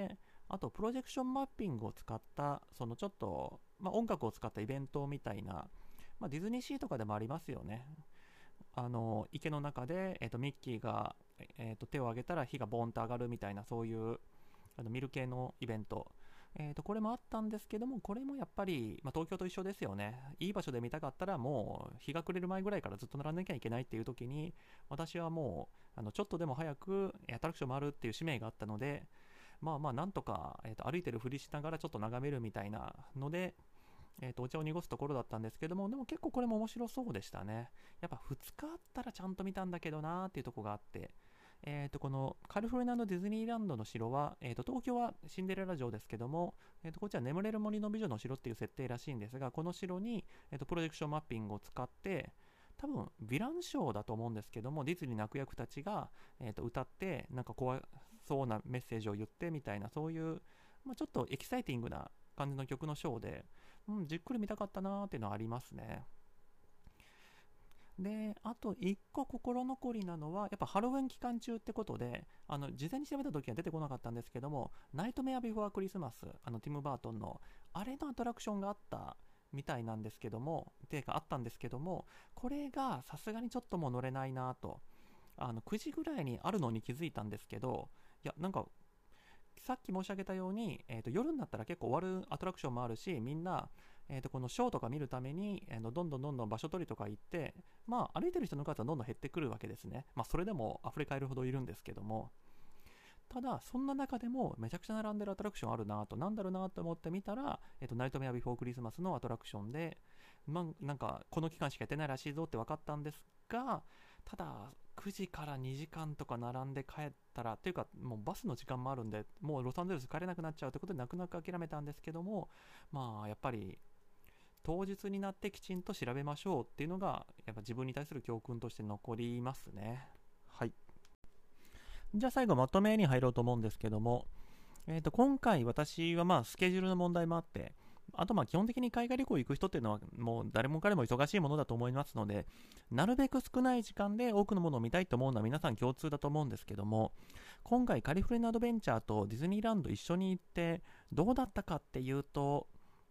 あとプロジェクションマッピングを使ったそのちょっと、まあ、音楽を使ったイベントみたいな、まあ、ディズニーシーとかでもありますよね。あの池の中で、えー、とミッキーが、えー、と手を挙げたら火がボーンと上がるみたいな、そういうあの見る系のイベント、えー、とこれもあったんですけども、これもやっぱり、まあ、東京と一緒ですよね。いい場所で見たかったらもう日が暮れる前ぐらいからずっと並んでなきゃいけないっていう時に、私はもうあのちょっとでも早くアトラクション回るっていう使命があったので、まあまあなんとか、えー、と歩いてるふりしながらちょっと眺めるみたいなので、えー、とお茶を濁すところだったんですけども、でも結構これも面白そうでしたね。やっぱふつかあったらちゃんと見たんだけどなーっていうところがあって、えー、とこのカリフォルニアのディズニーランドの城は、えー、と東京はシンデレラ城ですけども、えー、とこっちは眠れる森の美女の城っていう設定らしいんですが、この城に、えー、とプロジェクションマッピングを使って、多分ヴィランショーだと思うんですけども、ディズニーの悪役たちが、えー、と歌ってなんか怖そうなメッセージを言ってみたいな、そういう、まあ、ちょっとエキサイティングな感じの曲のショーで、うん、じっくり見たかったなーっていうのはありますね。で、あといっこ心残りなのは、やっぱハロウィン期間中ってことで、あの事前に調べた時は出てこなかったんですけども、ナイトメアビフォークリスマス、あのティム・バートンのあれのアトラクションがあったみたいなんですけども、ていうかあったんですけども、これがさすがにちょっともう乗れないなと。あのくじぐらいにあるのに気づいたんですけど、いやなんかさっき申し上げたように、えー、と夜になったら結構終わるアトラクションもあるし、みんな、えー、とこのショーとか見るために、えー、とどんどんどんどん場所取りとか行って、まあ、歩いてる人の数はどんどん減ってくるわけですね。まあ、それでも溢れ返るほどいるんですけども、ただそんな中でもめちゃくちゃ並んでるアトラクションあるなと、なんだろうなと思ってみたら、えー、とナイトメアビフォークリスマスのアトラクションで、まあ、なんかこの期間しかやってないらしいぞって分かったんですが、ただくじからにじかんとか並んで帰ったら、っていうかもうバスの時間もあるんで、もうロサンゼルス帰れなくなっちゃうということで泣く泣く諦めたんですけども、まあやっぱり当日になってきちんと調べましょうっていうのがやっぱ自分に対する教訓として残りますね。はい。じゃあ最後まとめに入ろうと思うんですけども、えー、と今回私はまあスケジュールの問題もあって、あとまあ基本的に海外旅行行く人っていうのはもう誰も彼も忙しいものだと思いますので、なるべく少ない時間で多くのものを見たいと思うのは皆さん共通だと思うんですけども、今回カリフォルニアアドベンチャーとディズニーランド一緒に行ってどうだったかっていうと、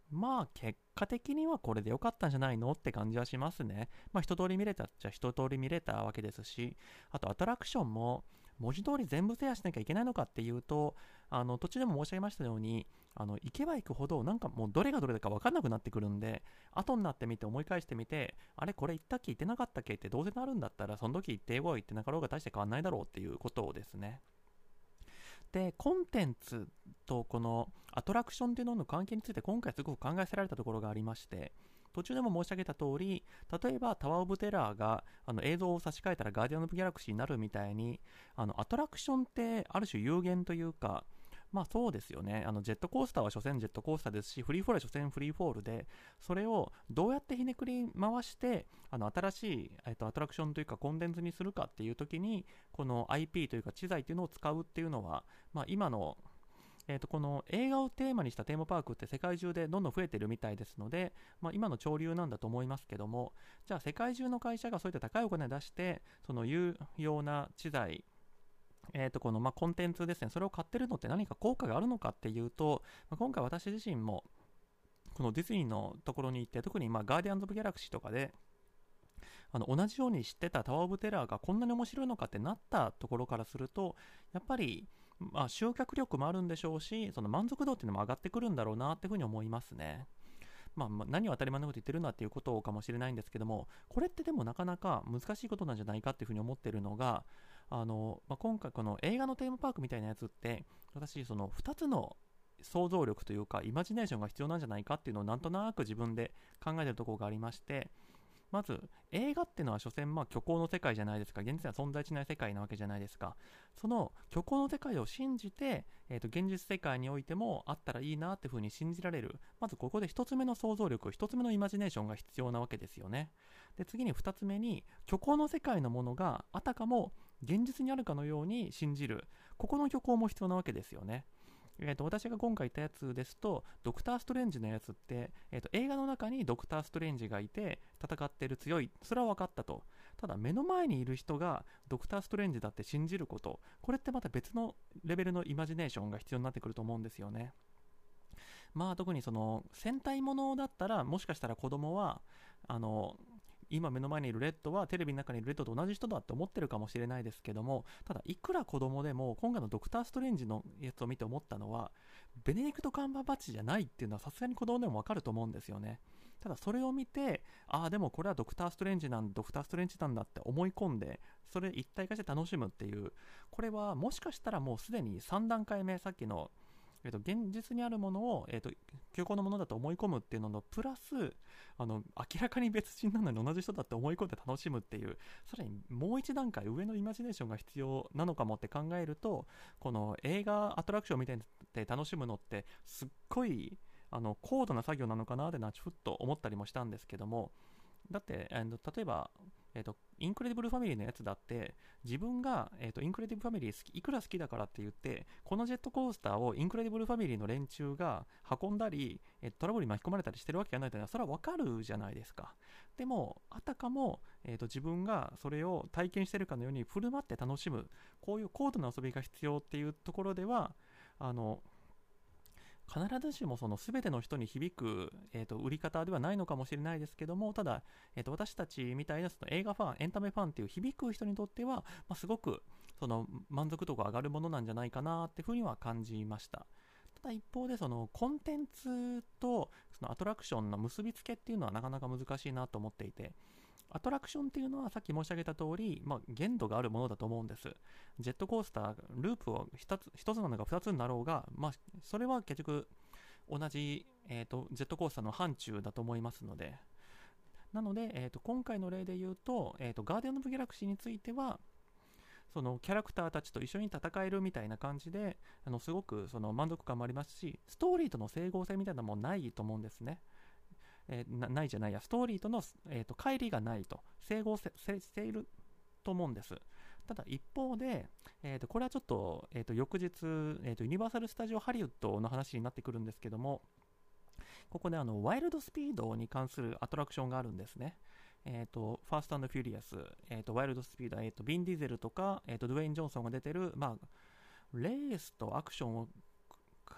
まあ結果的にはこれで良かったんじゃないのって感じはしますね。まあ一通り見れたっちゃ一通り見れたわけですし、あとアトラクションも文字通り全部制覇しなきゃいけないのかっていうと、あの途中でも申し上げましたように、あの行けば行くほどなんかもうどれがどれだか分かんなくなってくるんで、後になってみて思い返してみて、あれこれ行ったっけ行ってなかったっけってどうせなるんだったらその時行ってこいってなかろうが大して変わんないだろうっていうことをですね。でコンテンツとこのアトラクションというのの関係について今回すごく考えされたところがありまして、途中でも申し上げた通り、例えばタワーオブテラーがあの映像を差し替えたらガーディアン・オブ・ギャラクシーになるみたいに、あのアトラクションってある種有限というか、まあそうですよね、あのジェットコースターは所詮ジェットコースターですし、フリーフォールは所詮フリーフォールで、それをどうやってひねくり回してあの新しい、えっと、アトラクションというかコンテンツにするかっていう時に、この アイピー というか知財というのを使うっていうのは、まあ、今のえー、とこの映画をテーマにしたテーマパークって世界中でどんどん増えてるみたいですので、まあ、今の潮流なんだと思いますけども、じゃあ世界中の会社がそういった高いお金を出してその有用な知財、えー、とこのまあコンテンツですね、それを買ってるのって何か効果があるのかっていうと、まあ、今回私自身もこのディズニーのところに行って、特にまあガーディアンズ・オブ・ギャラクシーとかであの同じように知ってたタワー・オブ・テラーがこんなに面白いのかってなったところからすると、やっぱりまあ集客力もあるんでしょうし、その満足度っていうのも上がってくるんだろうなっていうふうに思いますね。まあ、まあ何を当たり前のこと言ってるんだっていうことかもしれないんですけども、これってでもなかなか難しいことなんじゃないかっていうふうに思ってるのが、あの、まあ、今回この映画のテーマパークみたいなやつって、私そのふたつの想像力というかイマジネーションが必要なんじゃないかっていうのをなんとなく自分で考えてるところがありまして、まず映画っていうのは所詮まあ虚構の世界じゃないですか。現実には存在しない世界なわけじゃないですか。その虚構の世界を信じて、えー、と現実世界においてもあったらいいなっていうふうに信じられる、まずここで一つ目の想像力、一つ目のイマジネーションが必要なわけですよね。で次に二つ目に、虚構の世界のものがあたかも現実にあるかのように信じる、ここの虚構も必要なわけですよね。えー、と私が今回言ったやつですと、ドクター・ストレンジのやつって、えー、と映画の中にドクター・ストレンジがいて戦ってる強い、それは分かったと。ただ目の前にいる人がドクター・ストレンジだって信じること、これってまた別のレベルのイマジネーションが必要になってくると思うんですよね。まあ特にその戦隊ものだったら、もしかしたら子供はあの今目の前にいるレッドはテレビの中にいるレッドと同じ人だって思ってるかもしれないですけども、ただいくら子供でも今回のドクター・ストレンジのやつを見て思ったのは、ベネディクト・カンバーバッチじゃないっていうのはさすがに子供でもわかると思うんですよね。ただそれを見て、ああでもこれはドクター・ストレンジなんだドクター・ストレンジなんだって思い込んで、それ一体化して楽しむっていう、これはもしかしたらもうすでにさん段階目、さっきのえっと、現実にあるものを、えっと、虚構のものだと思い込むっていうののプラス、あの明らかに別人なのに同じ人だって思い込んで楽しむっていう、さらにもう一段階上のイマジネーションが必要なのかもって考えると、この映画アトラクションみたいに楽しむのってすっごいあの高度な作業なのかなってなちょっと思ったりもしたんですけども、だってあの例えばえーと、インクレディブルファミリーのやつだって自分が、えーと、インクレディブルファミリー好きいくら好きだからって言ってこのジェットコースターをインクレディブルファミリーの連中が運んだり、えー、トラブルに巻き込まれたりしてるわけがないというのはそれはわかるじゃないですか。でもあたかも、えーと、自分がそれを体験してるかのように振る舞って楽しむ、こういう高度な遊びが必要っていうところでは、あの必ずしもその全ての人に響く、えーと売り方ではないのかもしれないですけども、ただ、えーと私たちみたいなその映画ファン、エンタメファンっていう響く人にとっては、まあ、すごくその満足度が上がるものなんじゃないかなっていうふうには感じました。ただ一方でそのコンテンツとそのアトラクションの結びつけっていうのはなかなか難しいなと思っていて、アトラクションっていうのはさっき申し上げた通り、まあ、限度があるものだと思うんです。ジェットコースター、ループを一つ、一つなのか二つになろうが、まあ、それは結局同じ、えーと、ジェットコースターの範疇だと思いますので、なので、えーと、今回の例で言うと、えーと、ガーディアン・オブ・ギャラクシーについては、そのキャラクターたちと一緒に戦えるみたいな感じで、あのすごくその満足感もありますし、ストーリーとの整合性みたいなのもないと思うんですね。えー、なないじゃないや、ストーリーとの、えー、と乖離がないと、整合せしていると思うんです。ただ一方で、えー、とこれはちょっと、えー、と翌日、えー、とユニバーサル・スタジオ・ハリウッドの話になってくるんですけども、ここであのワイルドスピードに関するアトラクションがあるんですね。えー、とファースト&フューリアス、えー、とワイルドスピード、えー、とビン・ディゼルとか、えー、とドゥエイン・ジョンソンが出てる、まあ、レースとアクションを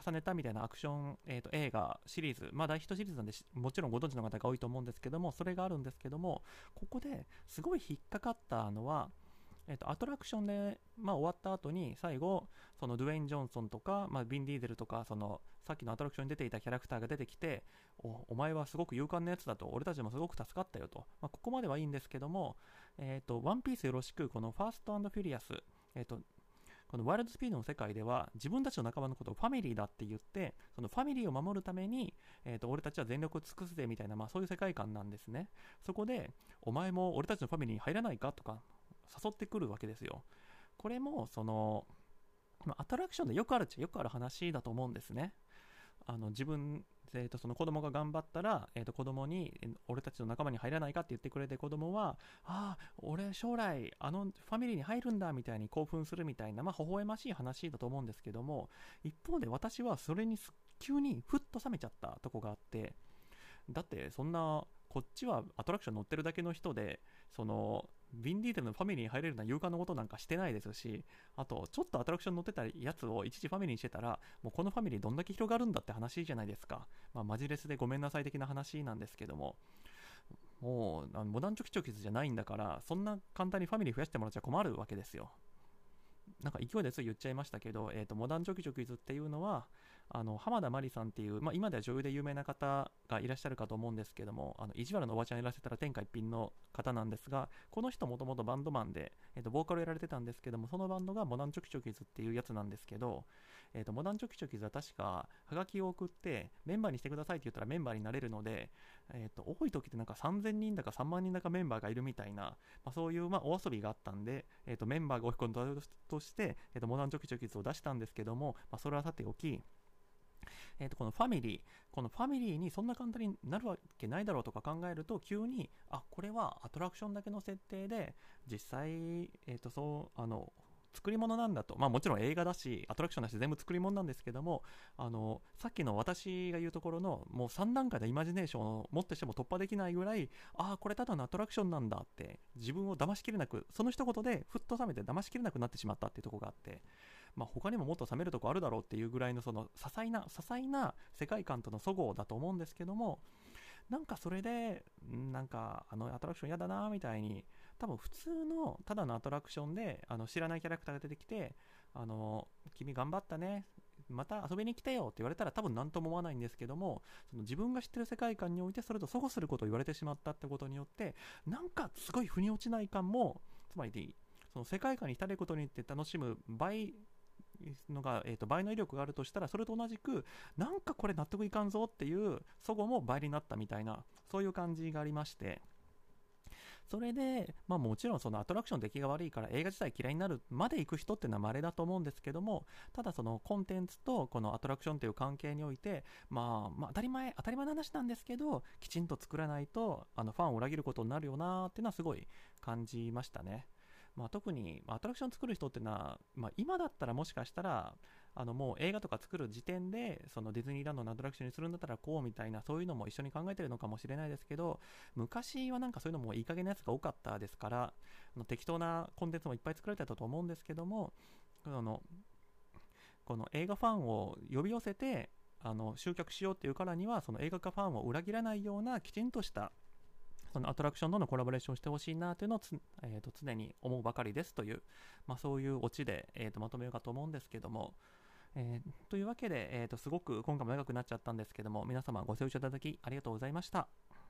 重ねたみたいなアクション、えー、と映画シリーズ、まあ大ヒットシリーズなんでもちろんご存知の方が多いと思うんですけども、それがあるんですけども、ここですごい引っかかったのは、えっと、アトラクションで、まあ、終わった後に最後そのドゥエイン・ジョンソンとか、まあ、ビン・ディーゼルとか、そのさっきのアトラクションに出ていたキャラクターが出てきて、 お, お前はすごく勇敢なやつだと、俺たちもすごく助かったよと、まあ、ここまではいいんですけども、えっと、ワンピースよろしく、このファースト&フュリアス、えっとこのワイルドスピードの世界では自分たちの仲間のことをファミリーだって言って、そのファミリーを守るために、えー、と俺たちは全力を尽くすぜみたいな、まあ、そういう世界観なんですね。そこでお前も俺たちのファミリーに入らないかとか誘ってくるわけですよ。これもその、まあ、アトラクションでよくあるっちゃよくある話だと思うんですね。あの自分、えー、とその子供が頑張ったら、えー、と子供に俺たちの仲間に入らないかって言ってくれて、子供はああ俺将来あのファミリーに入るんだみたいに興奮するみたいな、まあ、微笑ましい話だと思うんですけども、一方で私はそれに急にふっと冷めちゃったとこがあって、だってそんなこっちはアトラクション乗ってるだけの人で、そのビンディーゼルのファミリーに入れるような勇敢なことなんかしてないですし、あとちょっとアトラクション乗ってたやつを一時ファミリーにしてたら、もうこのファミリーどんだけ広がるんだって話じゃないですか。まあ、マジレスでごめんなさい的な話なんですけども、もうモダンチョキチョキズじゃないんだから、そんな簡単にファミリー増やしてもらっちゃ困るわけですよ。なんか勢いですぐ言っちゃいましたけど、えーと、モダンチョキチョキズっていうのは、あの浜田真理さんっていう、まあ、今では女優で有名な方がいらっしゃるかと思うんですけども、あの意地悪のおばちゃんいらっしゃったら天下一品の方なんですが、この人もともとバンドマンで、えーと、ボーカルやられてたんですけども、そのバンドがモダンチョキチョキズっていうやつなんですけど、えーと、モダンチョキチョキズは確かハガキを送ってメンバーにしてくださいって言ったらメンバーになれるので、えーと、多い時ってなんかさんぜんにんだかさんまんにんだかメンバーがいるみたいな、まあ、そういうまあお遊びがあったんで、えーと、メンバーが追い込んだとして、えーと、モダンチョキチョキズを出したんですけども、まあ、それはさておき、えー、とこのファミリーこのファミリーにそんな簡単になるわけないだろうとか考えると、急にあこれはアトラクションだけの設定で実際、えー、とそうあの作り物なんだと、まあもちろん映画だしアトラクションだし全部作り物なんですけども、あのさっきの私が言うところのもうさん段階のイマジネーションをもってしても突破できないぐらい、ああこれただのアトラクションなんだって自分を騙しきれなく、その一言でふっと冷めて騙しきれなくなってしまったっていうところがあって、まあ、他にももっと冷めるとこあるだろうっていうぐらいのその些細な些細な世界観との齟齬だと思うんですけども、なんかそれでなんかあのアトラクション嫌だなみたいに、多分普通のただのアトラクションであの知らないキャラクターが出てきて、あの君頑張ったねまた遊びに来てよって言われたら多分何とも思わないんですけども、その自分が知ってる世界観においてそれと齟齬することを言われてしまったってことによって、なんかすごい腑に落ちない感も、つまりその世界観に浸ることによって楽しむ倍のが、えー、と倍の威力があるとしたら、それと同じくなんかこれ納得いかんぞっていう齟齬も倍になったみたいな、そういう感じがありまして、それで、まあ、もちろんそのアトラクション出来が悪いから映画自体嫌いになるまで行く人っていうのは稀だと思うんですけども、ただそのコンテンツとこのアトラクションという関係において、まあ、まあ当たり前当たり前の話なんですけど、きちんと作らないとあのファンを裏切ることになるよなっていうのはすごい感じましたね。まあ、特にアトラクション作る人っていうのは、まあ、今だったらもしかしたらあのもう映画とか作る時点でそのディズニーランドのアトラクションにするんだったらこうみたいな、そういうのも一緒に考えてるのかもしれないですけど、昔はなんかそういうのもいい加減なやつが多かったですから、あの適当なコンテンツもいっぱい作られてたと思うんですけども、あのこの映画ファンを呼び寄せてあの集客しようっていうからには、その映画化ファンを裏切らないようなきちんとしたそのアトラクションとのコラボレーションをしてほしいなというのをつ、えー、と常に思うばかりですという、まあ、そういうオチで、えー、とまとめようかと思うんですけども、えー、というわけで、えー、とすごく今回も長くなっちゃったんですけども、皆様ご清聴いただきありがとうございました。